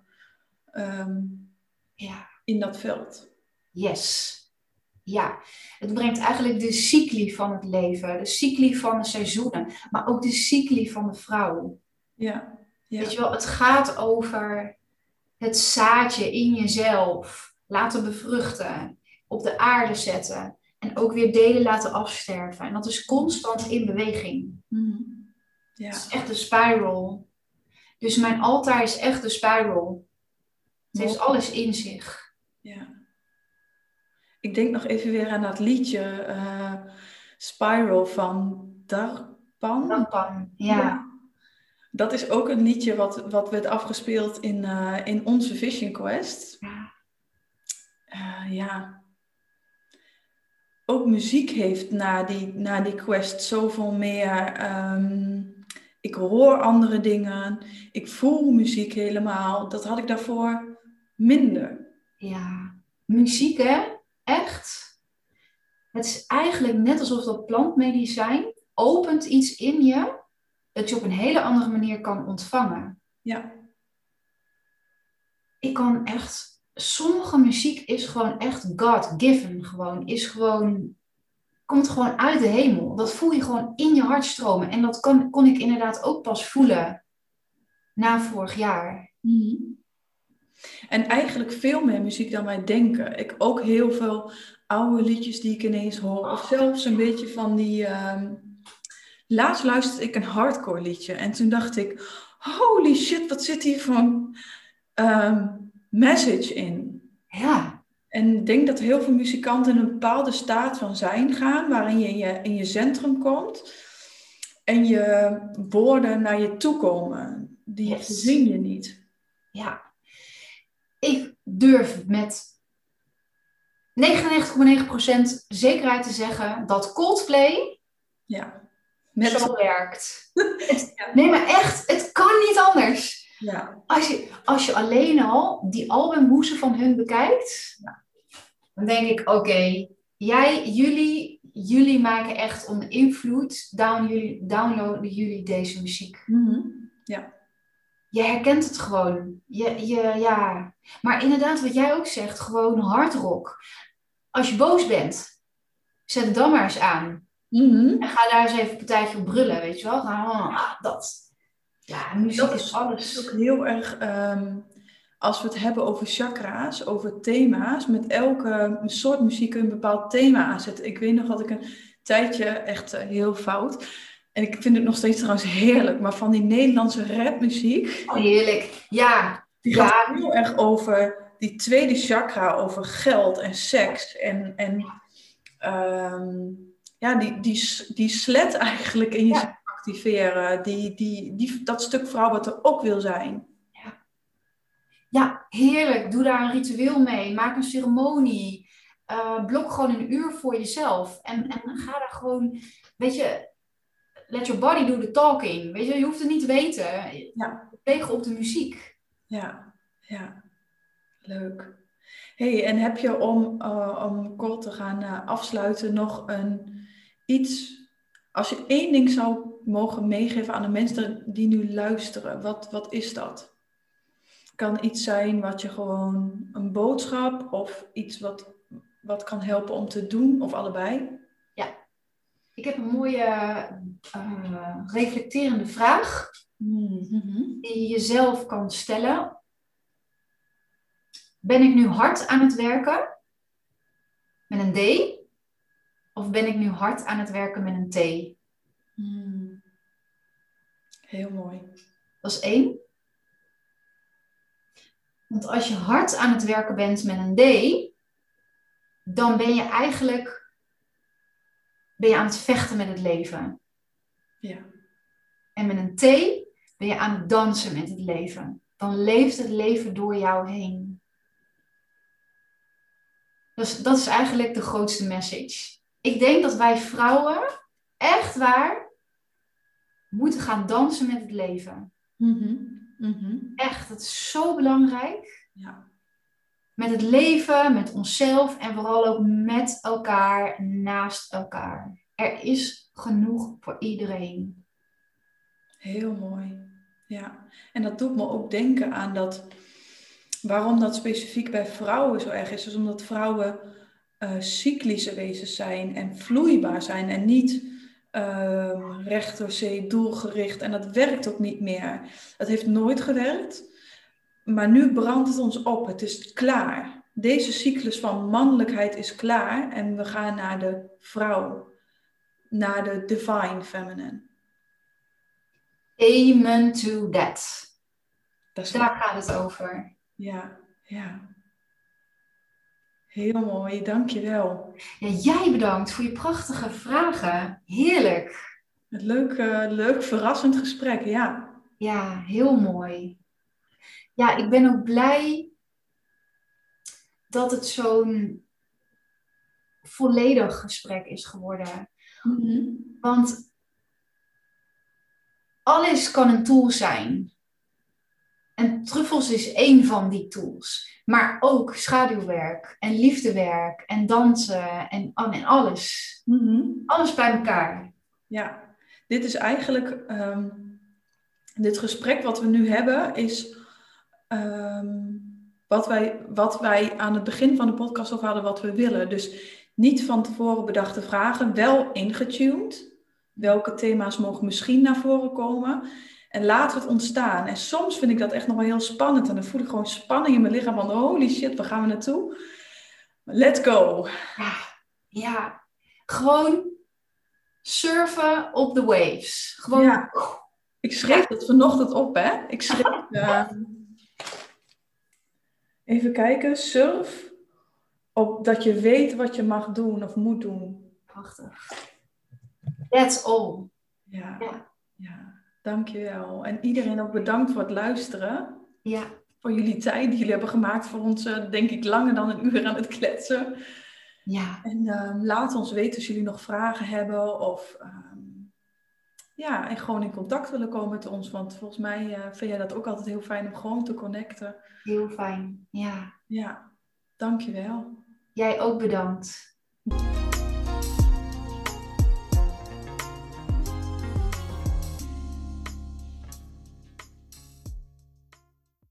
in dat veld. Yes. Ja, het brengt eigenlijk de cycli van het leven, de cycli van de seizoenen, maar ook de cycli van de vrouw. Ja. Weet je wel, het gaat over het zaadje in jezelf laten bevruchten, op de aarde zetten en ook weer delen laten afsterven. En dat is constant in beweging. Ja. Het is echt een spiral. Dus mijn altaar is echt een spiral. Het heeft alles in zich. Ja. Ik denk nog even weer aan dat liedje Spiral van Darpan. Japan, Ja. ja. Dat is ook een liedje wat werd afgespeeld in onze Vision Quest. Ja. Ja, ook muziek heeft na die quest zoveel meer. Ik hoor andere dingen. Ik voel muziek helemaal. Dat had ik daarvoor minder. Ja. Muziek, hè? Echt. Het is eigenlijk net alsof dat plantmedicijn opent iets in je dat je op een hele andere manier kan ontvangen. Ja. Ik kan echt, sommige muziek is gewoon echt God-given. Komt gewoon uit de hemel. Dat voel je gewoon in je hart stromen. En dat kon ik inderdaad ook pas voelen na vorig jaar. Mhm. En eigenlijk veel meer muziek dan wij denken. Ik ook heel veel oude liedjes die ik ineens hoor. Of zelfs een beetje van die. Laatst luisterde ik een hardcore liedje. En toen dacht ik: holy shit, wat zit hier voor een message in? Ja, En ik denk dat heel veel muzikanten in een bepaalde staat van zijn gaan, waarin je in je centrum komt en je woorden naar je toe komen. Die yes. verzin je niet. Ja. Ik durf met 99,9% zekerheid te zeggen dat Coldplay Ja. zo werkt. Ja. Nee, maar echt, het kan niet anders. Ja. Als je alleen al die albumhoesen van hun bekijkt, dan denk ik, oké, jullie maken echt onder invloed, downloaden jullie deze muziek. Mhm. Ja. Je herkent het gewoon. Ja. Maar inderdaad, wat jij ook zegt, gewoon hardrock. Als je boos bent, zet het dan maar eens aan. Mhm. En ga daar eens even een partijtje op brullen, weet je wel. Dat. Ja, muziek Dat is is ook alles. heel erg, als we het hebben over chakra's, over thema's, met elke soort muziek een bepaald thema aanzetten. Ik weet nog dat ik een tijdje echt heel fout. En ik vind het nog steeds trouwens heerlijk, maar van die Nederlandse rapmuziek, Oh, heerlijk. Ja, die gaat ja, heel erg over die tweede chakra, over geld en seks. En ja, die slet eigenlijk in jezelf ja. activeren. Dat stuk vrouw wat er ook wil zijn. Ja, heerlijk. Doe daar een ritueel mee. Maak een ceremonie. Blok gewoon een uur voor jezelf. En ga daar gewoon, weet je, let your body do the talking. Weet je, je hoeft het niet te weten. Ja, Tegen op de muziek. ja, ja, leuk. Hey, en heb je om kort te gaan afsluiten nog iets, als je één ding zou mogen meegeven aan de mensen die nu luisteren, wat is dat? Kan iets zijn wat je gewoon, een boodschap of iets wat kan helpen om te doen, of allebei? Ja, ik heb een mooie reflecterende vraag Mhm. die je jezelf kan stellen. Ben ik nu hard aan het werken met een D? Of ben ik nu hard aan het werken met een T? Hmm. Heel mooi. Dat is 1. Want als je hard aan het werken bent met een D, dan ben je eigenlijk aan het vechten met het leven. Ja. En met een T ben je aan het dansen met het leven. Dan leeft het leven door jou heen. Dus dat is eigenlijk de grootste message. Ik denk dat wij vrouwen echt waar moeten gaan dansen met het leven. Mhm. Mhm. Echt, dat is zo belangrijk. Ja. Met het leven, met onszelf en vooral ook met elkaar, naast elkaar. Er is genoeg voor iedereen. Heel mooi. Ja. En dat doet me ook denken aan waarom dat specifiek bij vrouwen zo erg is. Dus omdat vrouwen cyclische wezens zijn en vloeibaar zijn en niet recht door zee, doelgericht. En dat werkt ook niet meer. Het heeft nooit gewerkt, maar nu brandt het ons op. Het is klaar. Deze cyclus van mannelijkheid is klaar en we gaan naar de vrouw, naar de divine feminine. Amen to that. Dat is Daar gaat het over. ja, ja. Heel mooi, dankjewel. Ja, jij bedankt voor je prachtige vragen. Heerlijk. Het leuk verrassend gesprek, ja. Ja, heel mooi. Ja, ik ben ook blij dat het zo'n volledig gesprek is geworden. Mhm. Want alles kan een tool zijn. En truffels is één van die tools. Maar ook schaduwwerk en liefdewerk en dansen en alles. Mhm. Alles bij elkaar. Ja, dit is eigenlijk, dit gesprek wat we nu hebben, is wat wij aan het begin van de podcast over hadden, wat we willen. Dus niet van tevoren bedachte vragen, wel ingetuned. Welke thema's mogen misschien naar voren komen? En laten we het ontstaan. En soms vind ik dat echt nog wel heel spannend. En dan voel ik gewoon spanning in mijn lichaam van, holy shit, waar gaan we naartoe? Let's go! Ja, ja. Gewoon surfen op de waves. Gewoon, Ja, ik schreef ja, dat vanochtend op, hè? Ik schreef, even kijken, surf op dat je weet wat je mag doen of moet doen. prachtig. That's all. Ja, Ja, ja, dankjewel. En iedereen ook bedankt voor het luisteren. ja, Voor jullie tijd die jullie hebben gemaakt voor ons, denk ik, langer dan een uur aan het kletsen. ja. En laat ons weten als jullie nog vragen hebben of ja, en gewoon in contact willen komen met ons. Want volgens mij vind jij dat ook altijd heel fijn om gewoon te connecten. Heel fijn. Ja. Ja, dankjewel. Jij ook bedankt.